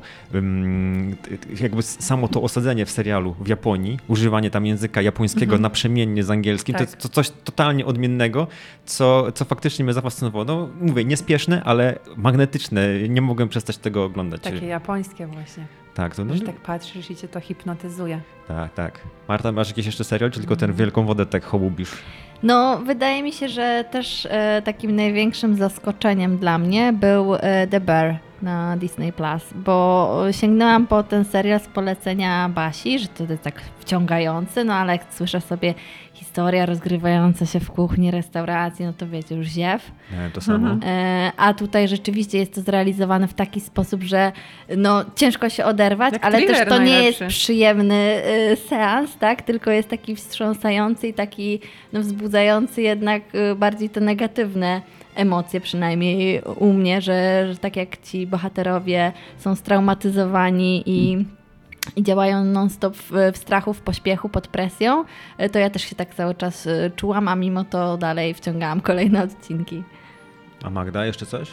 jakby samo to osadzenie w serialu w Japonii, używanie tam języka japońskiego naprzemiennie z angielskim, tak. to coś totalnie odmiennego, co faktycznie mnie zafascynowało. No mówię, niespieszne, ale magnetyczne. Nie mogłem przestać tego oglądać. Takie japońskie właśnie. Tak, że tak patrzysz i cię to hipnotyzuje. Tak. Marta, masz jakiś jeszcze serial, czy tylko ten Wielką Wodę tak hołubisz? No, wydaje mi się, że też takim największym zaskoczeniem dla mnie był The Bear na Disney+, bo sięgnęłam po ten serial z polecenia Basi, że to jest tak wciągający, no ale jak słyszę sobie historia rozgrywająca się w kuchni restauracji, no to wiecie, już ziew. To samo. A tutaj rzeczywiście jest to zrealizowane w taki sposób, że no ciężko się oderwać, jak ale też to nie jest najlepszy. przyjemny seans, tak? Tylko jest taki wstrząsający i taki wzbudzający jednak bardziej te negatywne emocje, przynajmniej u mnie, że tak jak ci bohaterowie są straumatyzowani i działają non-stop w strachu, w pośpiechu, pod presją, to ja też się tak cały czas czułam, a mimo to dalej wciągałam kolejne odcinki. A Magda, jeszcze coś?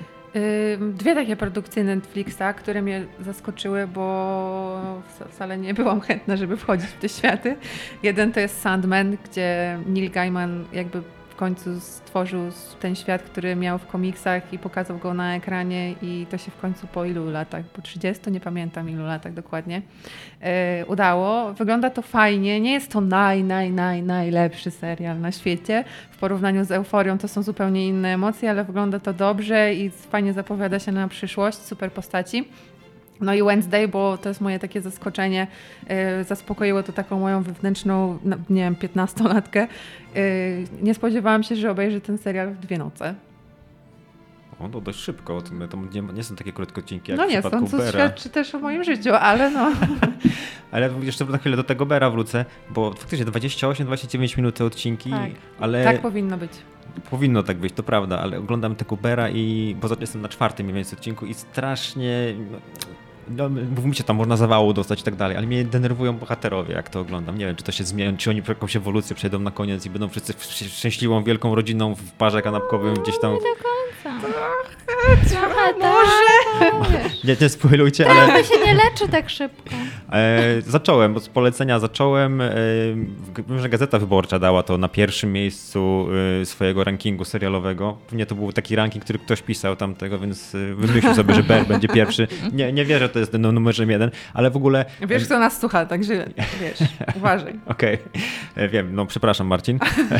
2 takie produkcje Netflixa, które mnie zaskoczyły, bo wcale nie byłam chętna, żeby wchodzić w te światy. Jeden to jest Sandman, gdzie Neil Gaiman jakby w końcu stworzył ten świat, który miał w komiksach i pokazał go na ekranie i to się w końcu po ilu latach, po 30, nie pamiętam ilu latach dokładnie, udało. Wygląda to fajnie, nie jest to najlepszy serial na świecie. W porównaniu z Euforią to są zupełnie inne emocje, ale wygląda to dobrze i fajnie zapowiada się na przyszłość, super postaci. No i Wednesday, bo to jest moje takie zaskoczenie, zaspokoiło to taką moją wewnętrzną, nie wiem, 15-latkę. Nie spodziewałam się, że obejrzę ten serial w 2 noce. O, to dość szybko, to nie są takie krótkie odcinki jak no w nie przypadku są, co Bera. świadczy też o moim życiu, ale no. Ale jeszcze na chwilę do tego Bera wrócę, bo faktycznie 28-29 minut te odcinki, tak. ale... Tak powinno być. Powinno tak być, to prawda, ale oglądam tego Bera bo jestem na 4. mniej więcej odcinku i strasznie... No, mówicie, tam można zawału dostać i tak dalej, ale mnie denerwują bohaterowie, jak to oglądam. Nie wiem, czy to się zmieni, czy oni po jakąś ewolucję przejdą na koniec i będą wszyscy szczęśliwą, wielką rodziną w parze kanapkowym gdzieś tam... Nie do końca. Nie spoilujcie, ale... To się nie leczy tak szybko. Zacząłem, bo z polecenia zacząłem. Wiem, że Gazeta Wyborcza dała to na 1. miejscu swojego rankingu serialowego. Pewnie to był taki ranking, który ktoś pisał tamtego, więc wymyślił sobie, że Bear będzie pierwszy. Nie wierzę, że to jest ten numerem 1, ale w ogóle... Wiesz, kto nas słucha, także wiesz, uważaj. Okej, wiem, no przepraszam Marcin.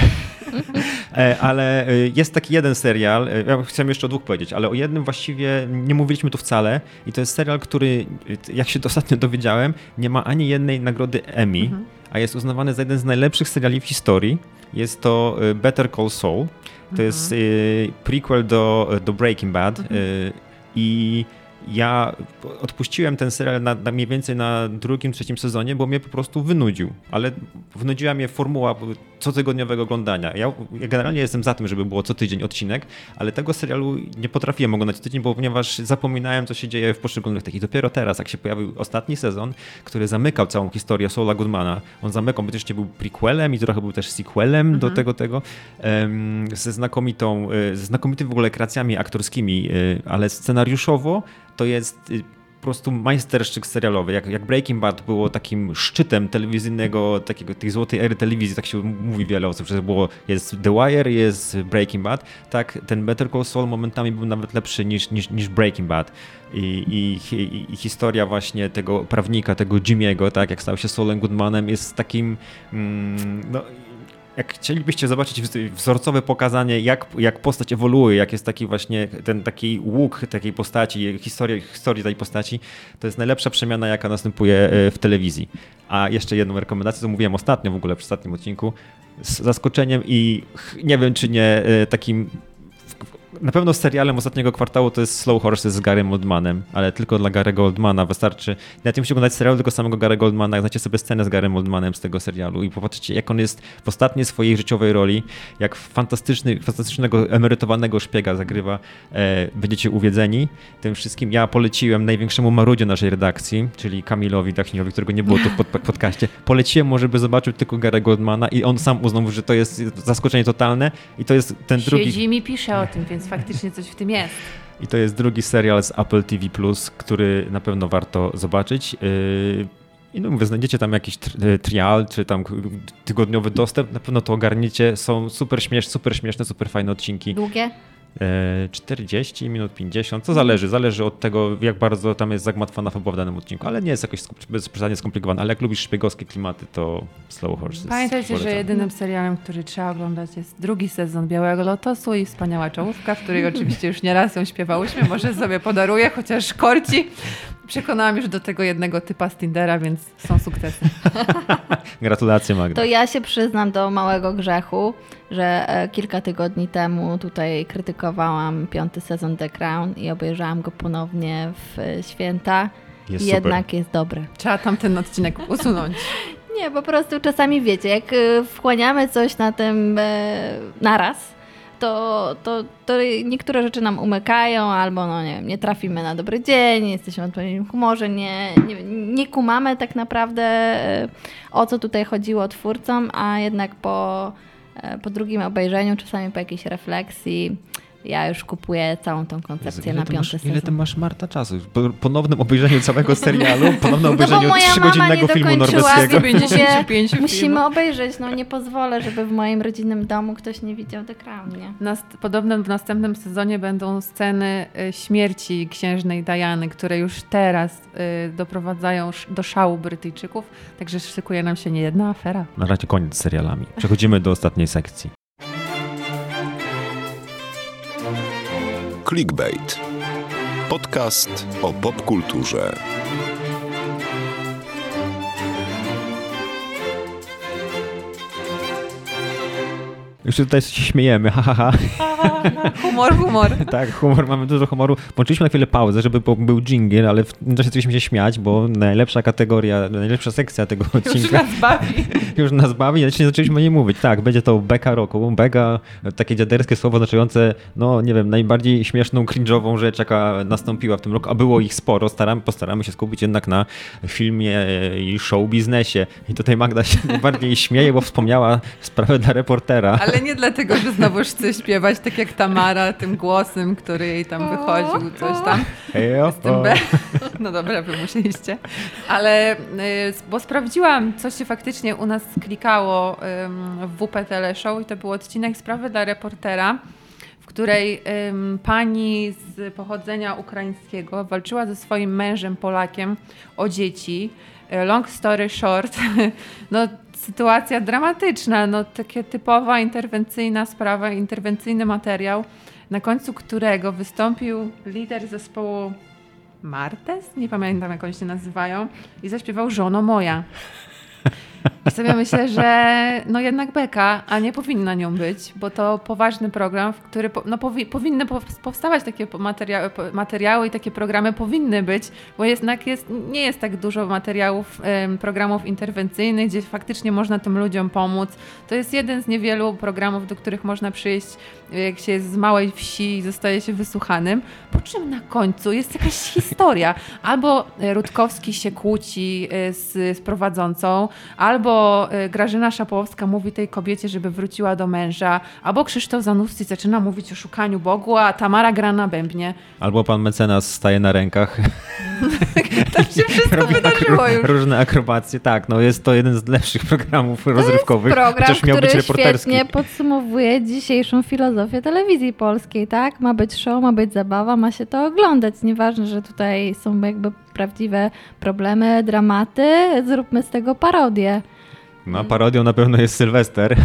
Ale jest taki jeden serial, ja chciałem jeszcze o 2 powiedzieć, ale o jednym właściwie nie mówiliśmy tu wcale i to jest serial, który, jak się ostatnio dowiedziałem, nie ma ani jednej nagrody Emmy, a jest uznawany za jeden z najlepszych seriali w historii. Jest to Better Call Saul. To jest prequel do Breaking Bad i ja odpuściłem ten serial mniej więcej na 2., 3. sezonie, bo mnie po prostu wynudził. Ale wynudziła mnie formuła cotygodniowego oglądania. Ja generalnie jestem za tym, żeby było co tydzień odcinek, ale tego serialu nie potrafiłem oglądać co tydzień, ponieważ zapominałem, co się dzieje w poszczególnych takich. Dopiero teraz, jak się pojawił ostatni sezon, który zamykał całą historię Saula Goodmana, on zamykał, bo też był prequelem i trochę był też sequelem do tego, ze znakomitymi w ogóle kreacjami aktorskimi, ale scenariuszowo to jest po prostu majsterszczyk serialowy. Jak Breaking Bad było takim szczytem telewizyjnego, tej złotej ery telewizji, tak się mówi wiele osób, że jest The Wire, jest Breaking Bad, tak ten Better Call Saul momentami był nawet lepszy niż Breaking Bad. I historia właśnie tego prawnika, tego Jimmy'ego, tak, jak stał się Saulem Goodmanem, jest takim... Jak chcielibyście zobaczyć wzorcowe pokazanie, jak postać ewoluuje, jak jest taki właśnie ten taki łuk takiej postaci, historii tej postaci, to jest najlepsza przemiana, jaka następuje w telewizji. A jeszcze jedną rekomendację, co mówiłem ostatnio w ogóle w ostatnim odcinku, z zaskoczeniem i nie wiem, czy nie takim... Na pewno serialem ostatniego kwartału to jest Slow Horses z Garym Oldmanem, ale tylko dla Gary'ego Oldmana wystarczy. Nawet nie musicie oglądać serialu tylko samego Gary'ego Oldmana, znacie sobie scenę z Garym Oldmanem z tego serialu i popatrzcie, jak on jest w ostatniej swojej życiowej roli, jak fantastycznego emerytowanego szpiega zagrywa. Będziecie uwiedzeni tym wszystkim. Ja poleciłem największemu marudzie naszej redakcji, czyli Kamilowi Dachniowi, którego nie było tu w podcaście. Poleciłem mu, żeby zobaczył tylko Gary'ego Oldmana i on sam uznał, że to jest zaskoczenie totalne i to jest ten drugi... Siedzi mi pisze o tym, więc faktycznie coś w tym jest. I to jest drugi serial z Apple TV+, który na pewno warto zobaczyć. I no mówię, znajdziecie tam jakiś trial, czy tam tygodniowy dostęp, na pewno to ogarniecie. Są super śmieszne, super fajne odcinki. Długie? 40 minut, 50, co zależy od tego, jak bardzo tam jest zagmatwana fabuła w danym odcinku, ale nie jest jakoś bezprzesadnie skomplikowane, ale jak lubisz szpiegowskie klimaty, to Slow Horses. Pamiętajcie, polecam. że jedynym serialem, który trzeba oglądać, jest 2. sezon Białego Lotosu i Wspaniała czołówka, w której oczywiście już nieraz ją śpiewałyśmy, może sobie podaruję, chociaż korci. Przekonałam już do tego jednego typa z Tindera, więc są sukcesy. Gratulacje, Magda. To ja się przyznam do małego grzechu, że kilka tygodni temu tutaj krytykowałam 5. sezon The Crown i obejrzałam go ponownie w święta. Jest Jednak super. jest dobry. Trzeba tamten odcinek usunąć. Nie, po prostu czasami wiecie, jak wchłaniamy coś na tym naraz, to niektóre rzeczy nam umykają albo no nie wiem, nie trafimy na dobry dzień, nie jesteśmy w odpowiednim humorze, nie kumamy tak naprawdę o co tutaj chodziło twórcom, a jednak po drugim obejrzeniu, czasami po jakiejś refleksji ja już kupuję całą tą koncepcję na 5. sezon. Ile ty masz, Marta, czasu? Po ponownym obejrzeniu całego serialu, ponownym obejrzeniu 3-godzinnego filmu norweskiego. 55 musimy obejrzeć, nie pozwolę, żeby w moim rodzinnym domu ktoś nie widział The Crown, nie? Podobno w następnym sezonie będą sceny śmierci księżnej Diany, które już teraz doprowadzają do szału Brytyjczyków, także szykuje nam się niejedna afera. Na razie koniec z serialami. Przechodzimy do ostatniej sekcji. Clickbait. Podcast o popkulturze. Już tutaj się śmiejemy, Humor. Tak, humor, mamy dużo humoru. Włączyliśmy na chwilę pauzę, żeby był dżingiel, ale w tym czasie zaczęliśmy się śmiać, bo najlepsza kategoria, najlepsza sekcja tego odcinka już nas bawi, ale nie zaczęliśmy o niej mówić. Tak, będzie to beka roku. Beka, takie dziaderskie słowo znaczące, najbardziej śmieszną, cringe'ową rzecz, jaka nastąpiła w tym roku, a było ich sporo. Postaramy się skupić jednak na filmie i show biznesie. I tutaj Magda się najbardziej śmieje, bo wspomniała sprawę dla reportera. Ale nie dlatego, że znowu chce śpiewać tak jak Tamara, tym głosem, który jej tam wychodził, coś tam. Z tym B. No dobra, wy musieliście. Ale, bo sprawdziłam, co się faktycznie u nas klikało w WP Teleshow i to był odcinek Sprawy dla reportera, w której pani z pochodzenia ukraińskiego walczyła ze swoim mężem Polakiem o dzieci. Long story short, sytuacja dramatyczna, takie typowa interwencyjna sprawa, interwencyjny materiał, na końcu którego wystąpił lider zespołu Martes, nie pamiętam jak oni się nazywają, i zaśpiewał Żono moja. I sobie myślę, że jednak beka, a nie powinna nią być, bo to poważny program, w który powinny powstawać takie materiały i takie programy powinny być, bo nie jest tak dużo materiałów, programów interwencyjnych, gdzie faktycznie można tym ludziom pomóc. To jest jeden z niewielu programów, do których można przyjść, jak się jest z małej wsi i zostaje się wysłuchanym, po czym na końcu jest jakaś historia. Albo Rutkowski się kłóci z prowadzącą, albo Grażyna Szapłowska mówi tej kobiecie, żeby wróciła do męża, albo Krzysztof Zanussi zaczyna mówić o szukaniu Bogu, a Tamara gra na bębnie. Albo pan mecenas staje na rękach. To się wszystko wydarzyło już. Różne akrobacje, tak. Jest to jeden z lepszych programów rozrywkowych. To jest program, miał który być reporterski. świetnie podsumowuje dzisiejszą filozofię telewizji polskiej, tak? Ma być show, ma być zabawa, ma się to oglądać. Nieważne, że tutaj są jakby prawdziwe problemy, dramaty, zróbmy z tego parodię. Parodią na pewno jest Sylwester.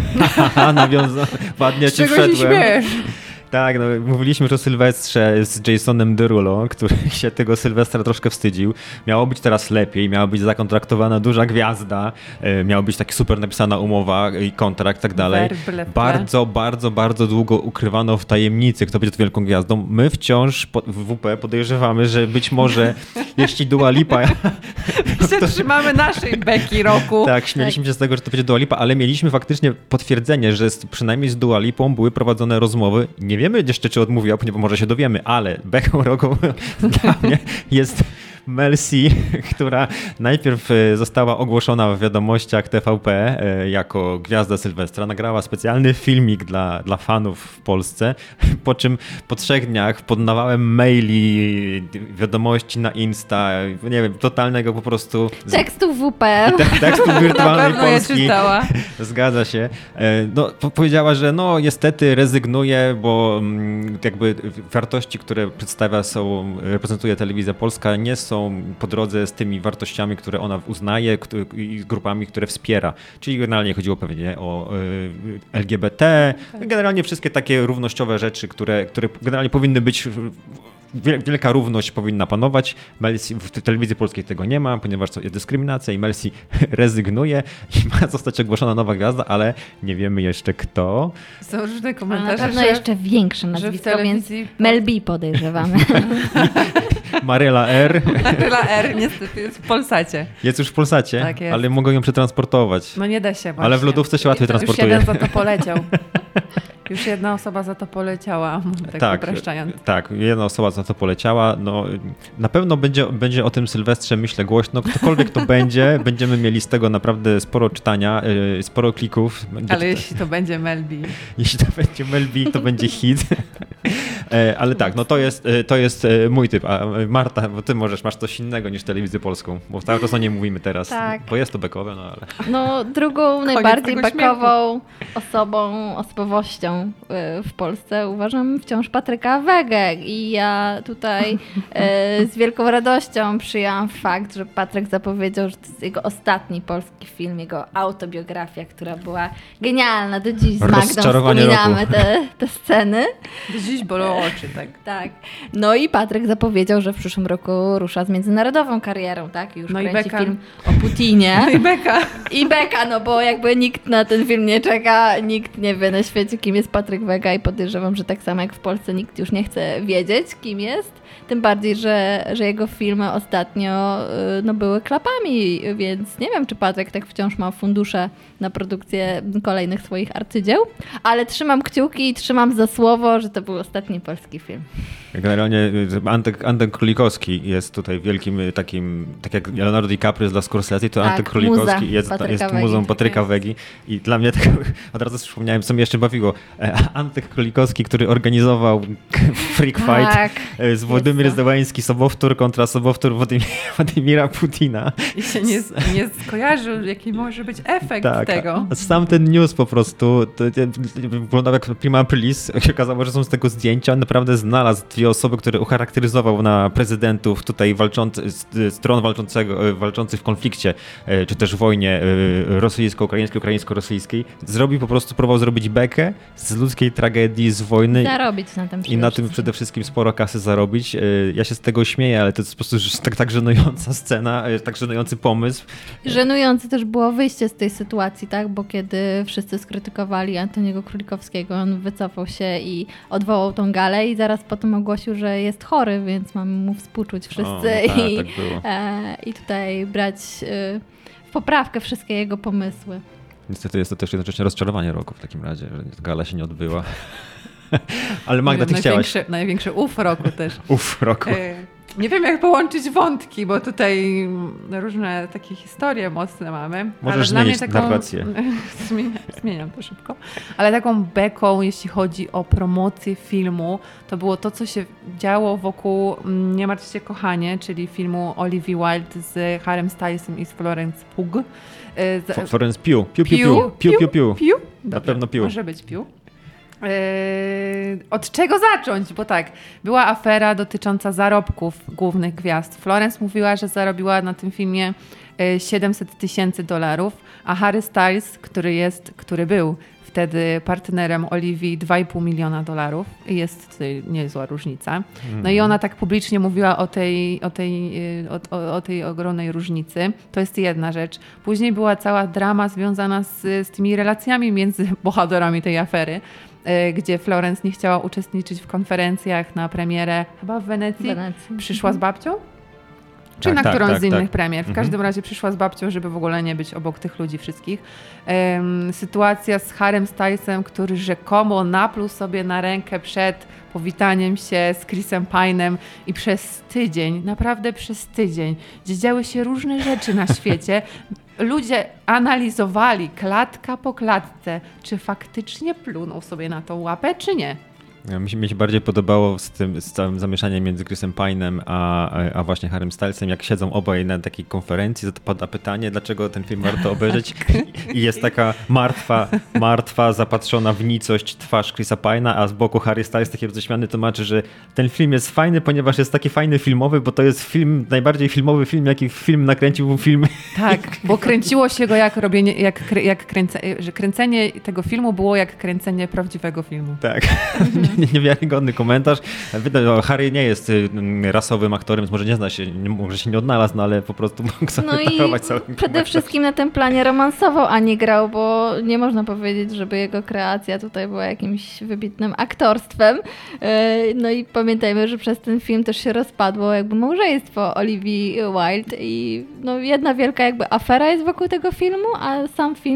Ładnie ci wszedłem. Czego się śmiesz? Tak, mówiliśmy już o Sylwestrze z Jasonem Derulo, który się tego Sylwestra troszkę wstydził. Miało być teraz lepiej, miała być zakontraktowana duża gwiazda, miała być taka super napisana umowa i kontrakt i tak dalej. Bardzo, bardzo, bardzo długo ukrywano w tajemnicy, kto będzie tą wielką gwiazdą. My wciąż w WP podejrzewamy, że być może jeśli Dua Lipa... Trzymamy naszej beki roku. Tak, śmieliśmy się z tego, że to będzie Dua Lipa, ale mieliśmy faktycznie potwierdzenie, że przynajmniej z Dua Lipą były prowadzone rozmowy. Nie wiemy jeszcze, czy odmówiła, bo może się dowiemy, ale beką roku dla mnie jest Mel C, która najpierw została ogłoszona w wiadomościach TVP jako gwiazda Sylwestra. Nagrała specjalny filmik dla fanów w Polsce, po czym po 3 dniach pod nawałem maili, wiadomości na Insta, nie wiem, totalnego po prostu... Tekstów WP. Tekstów wirtualnej Polski. Czytała. Zgadza się. Powiedziała, że niestety rezygnuje, bo jakby wartości, które reprezentuje Telewizja Polska, nie są po drodze z tymi wartościami, które ona uznaje i z grupami, które wspiera. Czyli generalnie chodziło pewnie o LGBT, generalnie wszystkie takie równościowe rzeczy, które generalnie powinny być... Wielka równość powinna panować. W telewizji polskiej tego nie ma, ponieważ to jest dyskryminacja i Mercy rezygnuje i ma zostać ogłoszona nowa gwiazda, ale nie wiemy jeszcze kto. Są różne komentarze. Na pewno jeszcze większe nazwisko, więc Mel B podejrzewamy. Maryla R. Maryla R niestety jest w Polsacie. Jest już w Polsacie, tak jest. Ale mogą ją przetransportować. Nie da się właśnie. Ale w lodówce się łatwiej transportuje. Już jeden za to poleciał. Już jedna osoba za to poleciała, tak upraszczając. Tak, jedna osoba za to poleciała. Na pewno będzie o tym Sylwestrze, myślę, głośno. Ktokolwiek to będzie, będziemy mieli z tego naprawdę sporo czytania, sporo klików. Ale jeśli to będzie Mel B. Jeśli to będzie Mel B, to będzie hit. Ale tak, no to jest mój typ. A Marta, bo ty masz coś innego niż telewizję polską, bo cały czas o niej mówimy teraz. Tak. Bo jest to bekowe, no ale... No, drugą najbardziej bekową osobowością w Polsce uważam wciąż Patryka Wegę i ja tutaj z wielką radością przyjęłam fakt, że Patryk zapowiedział, że to jest jego ostatni polski film, jego autobiografia, która była genialna. Do dziś z Magdą wspominamy te sceny. Do dziś bolą oczy, tak. Tak. No i Patryk zapowiedział, że w przyszłym roku rusza z międzynarodową karierą, tak? Już kręci film o Putinie. No i Beka. I Beka, no bo jakby nikt na ten film nie czeka, nikt nie wie na świecie, kim jest Patryk Wega i podejrzewam, że tak samo jak w Polsce nikt już nie chce wiedzieć, kim jest. Tym bardziej, że jego filmy ostatnio były klapami, więc nie wiem, czy Patryk tak wciąż ma fundusze na produkcję kolejnych swoich arcydzieł, ale trzymam kciuki i trzymam za słowo, że to był ostatni polski film. Generalnie Antek Królikowski jest tutaj wielkim takim, tak jak Leonardo DiCaprio jest dla Scorsese, to tak, Antek Królikowski jest muzą Patryka Wegi i dla mnie tak, od razu przypomniałem, co mi jeszcze bawiło. Antek Królikowski, który organizował Freak Fight z Władimir Zełański, sobowtór kontra sobowtór Władimira Putina. I się nie skojarzył, jaki może być efekt tego. Sam ten news po prostu wyglądał jak prima aprilis. Się okazało, że są z tego zdjęcia. On naprawdę znalazł dwie osoby, które ucharakteryzował na prezydentów tutaj stron walczących w konflikcie, czy też wojnie rosyjsko-ukraińskiej, ukraińsko-rosyjskiej. Próbował zrobić bekę z ludzkiej tragedii, z wojny. Zarobić na tym. I na tym przede wszystkim sporo kasy zarobić. Ja się z tego śmieję, ale to jest po prostu tak żenująca scena, tak żenujący pomysł. Żenujące też było wyjście z tej sytuacji, tak? Bo kiedy wszyscy skrytykowali Antoniego Królikowskiego, on wycofał się i odwołał tą galę i zaraz potem ogłosił, że jest chory, więc mamy mu współczuć wszyscy i tutaj brać w poprawkę wszystkie jego pomysły. Niestety jest to też jednocześnie rozczarowanie roku w takim razie, że gala się nie odbyła. Ale Magda, ty chciałaś... Największy roku też. Roku. Nie wiem, jak połączyć wątki, bo tutaj różne takie historie mocne mamy. Możesz zmienić narrację. Zmieniam to szybko. Ale taką beką, jeśli chodzi o promocję filmu, to było to, co się działo wokół Nie martw się, kochanie, czyli filmu Olivia Wilde z Harrym Stylesem i z Florence Pugh. Florence Pugh. Na pewno Pugh. Może być Pugh. Od czego zacząć? Bo tak, była afera dotycząca zarobków głównych gwiazd. Florence mówiła, że zarobiła na tym filmie $700,000, a Harry Styles, który był wtedy partnerem Olivii, $2,5 miliona. I jest tutaj niezła różnica. No i ona tak publicznie mówiła o tej ogromnej różnicy. To jest jedna rzecz. Później była cała drama związana z tymi relacjami między bohaterami tej afery, gdzie Florence nie chciała uczestniczyć w konferencjach na premierę, chyba w Wenecji. Przyszła z babcią? Czy na którąś z innych premier. W każdym razie przyszła z babcią, żeby w ogóle nie być obok tych ludzi wszystkich. Sytuacja z Harrym Stylesem, który rzekomo napluł sobie na rękę przed powitaniem się z Chrisem Pine'em i przez tydzień, naprawdę przez tydzień, gdzie działy się różne rzeczy na świecie, ludzie analizowali klatka po klatce, czy faktycznie plunął sobie na tą łapę, czy nie. Mi się bardziej podobało z całym zamieszaniem między Chrisem Pine'em a właśnie Harrym Stylesem, jak siedzą obaj na takiej konferencji, pada pytanie, dlaczego ten film warto obejrzeć i jest taka martwa, zapatrzona w nicość twarz Chrisa Pine'a, a z boku Harry Styles taki roześmiany tłumaczy, że ten film jest fajny, ponieważ jest taki fajny filmowy, bo to jest film, najbardziej filmowy film, jaki film nakręcił film. Tak, bo kręciło się go że kręcenie tego filmu było jak kręcenie prawdziwego filmu. Tak. Niewiarygodny komentarz. Harry nie jest rasowym aktorem, więc może nie zna się, może się nie odnalazł, no ale po prostu mógł sobie darować cały przede wszystkim na tym planie romansował, a nie grał, bo nie można powiedzieć, żeby jego kreacja tutaj była jakimś wybitnym aktorstwem. No i pamiętajmy, że przez ten film też się rozpadło jakby małżeństwo Olivii Wilde i no jedna wielka jakby afera jest wokół tego filmu, a sam film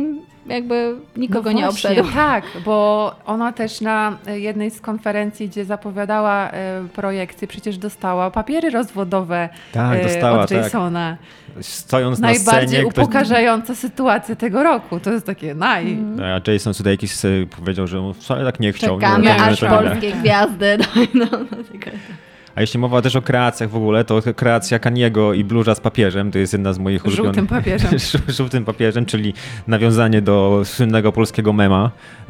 jakby nikogo No nie właśnie, obszedł. Tak, bo ona też na jednej z konferencji, gdzie zapowiadała projekty, przecież dostała papiery rozwodowe Tak, dostała, od tak. Jasona. Stojąc na Najbardziej scenie, upokarzająca sytuacja tego roku. To jest takie A Jason Sudeikis powiedział, że on wcale tak nie chciał. Czekamy, nie, aż to nie. polskie gwiazdy dojdą do tego. A jeśli mowa też o kreacjach w ogóle, to kreacja Kaniego i bluza z papieżem to jest jedna z moich ulubionych. Żółtym papieżem. Żółtym papieżem, czyli nawiązanie do słynnego polskiego mema.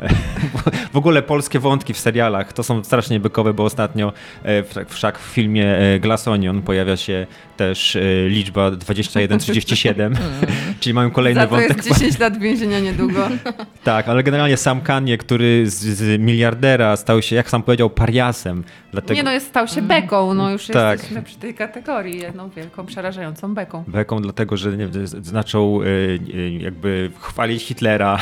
W ogóle polskie wątki w serialach to są strasznie bykowe, bo ostatnio wszak w filmie Glass Onion pojawia się też liczba 2137, czyli mamy kolejny Za to wątek. jest 10 lat więzienia niedługo. Tak, ale generalnie sam Kanye, który z miliardera stał się, jak sam powiedział, pariasem. Dlatego... Nie no, stał się beką, no już Tak. jesteśmy przy tej kategorii, jedną wielką, przerażającą beką. Beką, dlatego że zaczął jakby chwalić Hitlera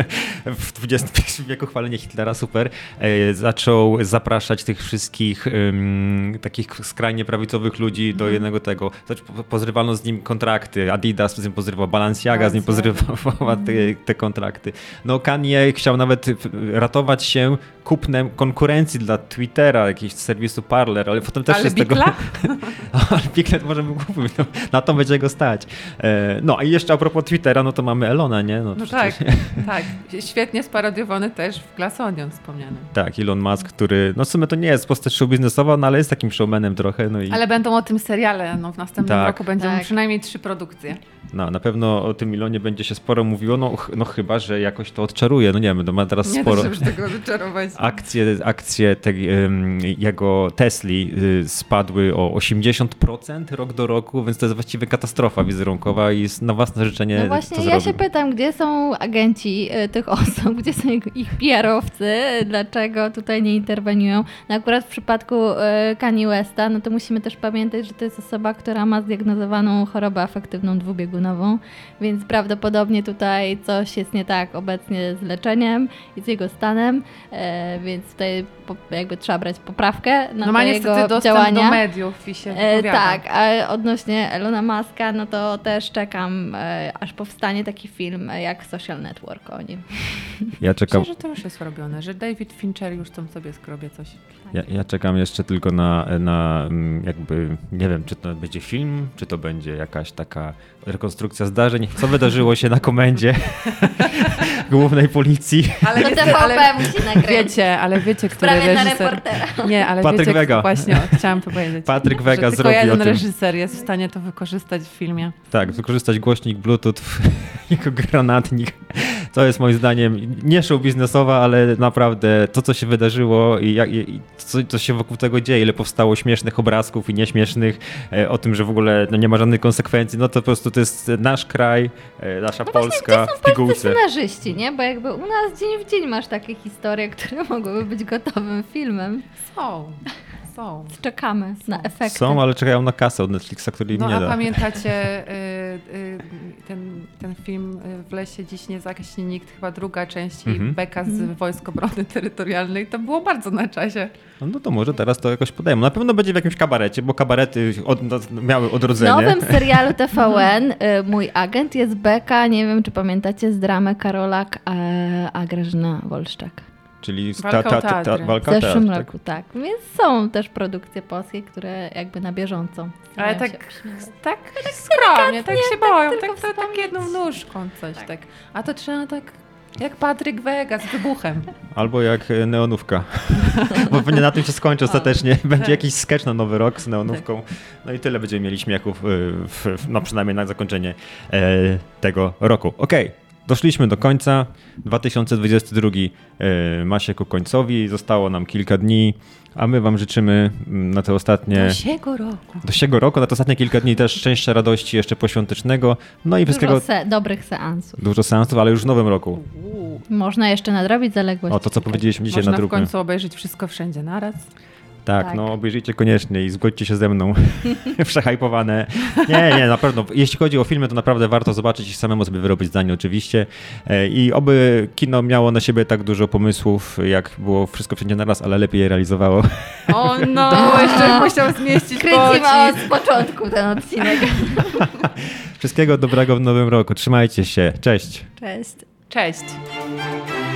w XXI wieku, chwalenie Hitlera, super. Zaczął zapraszać tych wszystkich takich skrajnie prawicowych ludzi do jednego tego. Pozrywano z nim kontrakty, Adidas z nim pozrywał, Balenciaga z nim pozrywała te kontrakty. No Kanye chciał nawet ratować się kupnem konkurencji dla Twittera, jakiegoś serwisu Parler, ale potem też Ale się z tego... Bikla? Ale Biklet może był głupi, no, na to będzie go stać. No i jeszcze a propos Twittera, no to mamy Elona, nie? No przecież... tak. Świetnie sparodiowany też w Glass Onion wspomnianym. Tak, Elon Musk, który, no w sumie to nie jest postać show biznesowa, no ale jest takim showmanem trochę. No i... Ale będą o tym seriale, no w następnym Tak. roku będą Tak. przynajmniej 3 produkcje. No, na pewno o tym Elonie będzie się sporo mówiło, no chyba, że jakoś to odczaruje, no nie wiem, to ma teraz Nie sporo... da się już tego wyczarować. Akcje jego Tesli spadły o 80% rok do roku, więc to jest właściwie katastrofa wizerunkowa i jest na własne życzenie No to właśnie, ja zrobił. się pytam, gdzie są agenci tych osób, gdzie są ich PR-owcy, dlaczego tutaj nie interweniują. No akurat w przypadku Kanye Westa, no to musimy też pamiętać, że to jest osoba, która ma zdiagnozowaną chorobę afektywną dwubiegunową, więc prawdopodobnie tutaj coś jest nie tak obecnie z leczeniem i z jego stanem, więc tutaj jakby trzeba brać poprawkę na No ma te niestety jego dostęp działania. do mediów i się wypowiada. Tak, a odnośnie Elona Muska, no to też czekam, aż powstanie taki film jak Social Network o nim. Ja czekam. Myślę, że to już jest robione, że David Fincher już tam sobie skrobie coś. Ja czekam jeszcze tylko na jakby, nie wiem, czy to będzie film, czy to będzie jakaś taka rekonstrukcja zdarzeń. Co wydarzyło się na komendzie głównej policji? Ale, To wiecie, TVP musi nagrać. ale wiecie, który Prawie na reżyser... reportera. Nie, ale Patryk wiecie, Wega. Właśnie, chciałam to powiedzieć. Patryk Wega że zrobił tylko o jeden tym. reżyser jest w stanie to wykorzystać w filmie. Tak, wykorzystać głośnik Bluetooth jako granatnik. To jest moim zdaniem nie show biznesowa, ale naprawdę to, co się wydarzyło i co się wokół tego dzieje, ile powstało śmiesznych obrazków i nieśmiesznych, o tym, że w ogóle nie ma żadnych konsekwencji, no to po prostu to jest nasz kraj, nasza Polska w pigułce. Scenarzyści, nie? Bo jakby u nas dzień w dzień masz takie historie, które mogłyby być gotowym filmem. Są. Czekamy na efekty. Są, ale czekają na kasę od Netflixa, który im No nie a da. pamiętacie ten film W lesie dziś nie zagaśnie nikt, chyba druga część i beka z Wojsk Obrony Terytorialnej, to było bardzo na czasie. No to może teraz to jakoś podejmą. Na pewno będzie w jakimś kabarecie, bo kabarety miały W odrodzenie. nowym serialu TVN Mój agent jest beka, nie wiem czy pamiętacie z dramy Karolak, a Grażyna Wolszczak. Czyli Walka o teatry. walka W o zeszłym teatr, roku, tak. Więc są też produkcje polskie, które jakby na bieżąco Ale starają tak, się obśmiewać. tak skromnie, tak się boją, tylko tak jedną nóżką coś tak. A to trzeba tak jak Patryk Wega z wybuchem. Albo jak Neonówka. Bo pewnie na tym się skończy ostatecznie. Będzie jakiś sketch na Nowy Rok z Neonówką. No i tyle będziemy mieli śmiechów, no przynajmniej na zakończenie tego roku. Okej. Doszliśmy do końca. 2022 ma się ku końcowi. Zostało nam kilka dni, a my wam życzymy na te ostatnie... Do siego roku, na te ostatnie kilka dni też szczęścia, radości jeszcze poświątecznego. No i wszystkiego... Dobrych seansów. Dużo seansów, ale już w nowym roku. Można jeszcze nadrobić zaległość. O, to co powiedzieliśmy dzisiaj Można na w drugim. końcu obejrzeć wszystko wszędzie naraz. Tak, no obejrzyjcie koniecznie i zgodźcie się ze mną. Przehajpowane. Nie, na pewno. Jeśli chodzi o filmy, to naprawdę warto zobaczyć i samemu sobie wyrobić zdanie oczywiście. I oby kino miało na siebie tak dużo pomysłów, jak było wszystko wszędzie naraz, ale lepiej je realizowało. O no, jeszcze musiał zmieścić Kręcimy pocisk. od początku ten odcinek. Wszystkiego dobrego w nowym roku. Trzymajcie się. Cześć. Cześć. Cześć!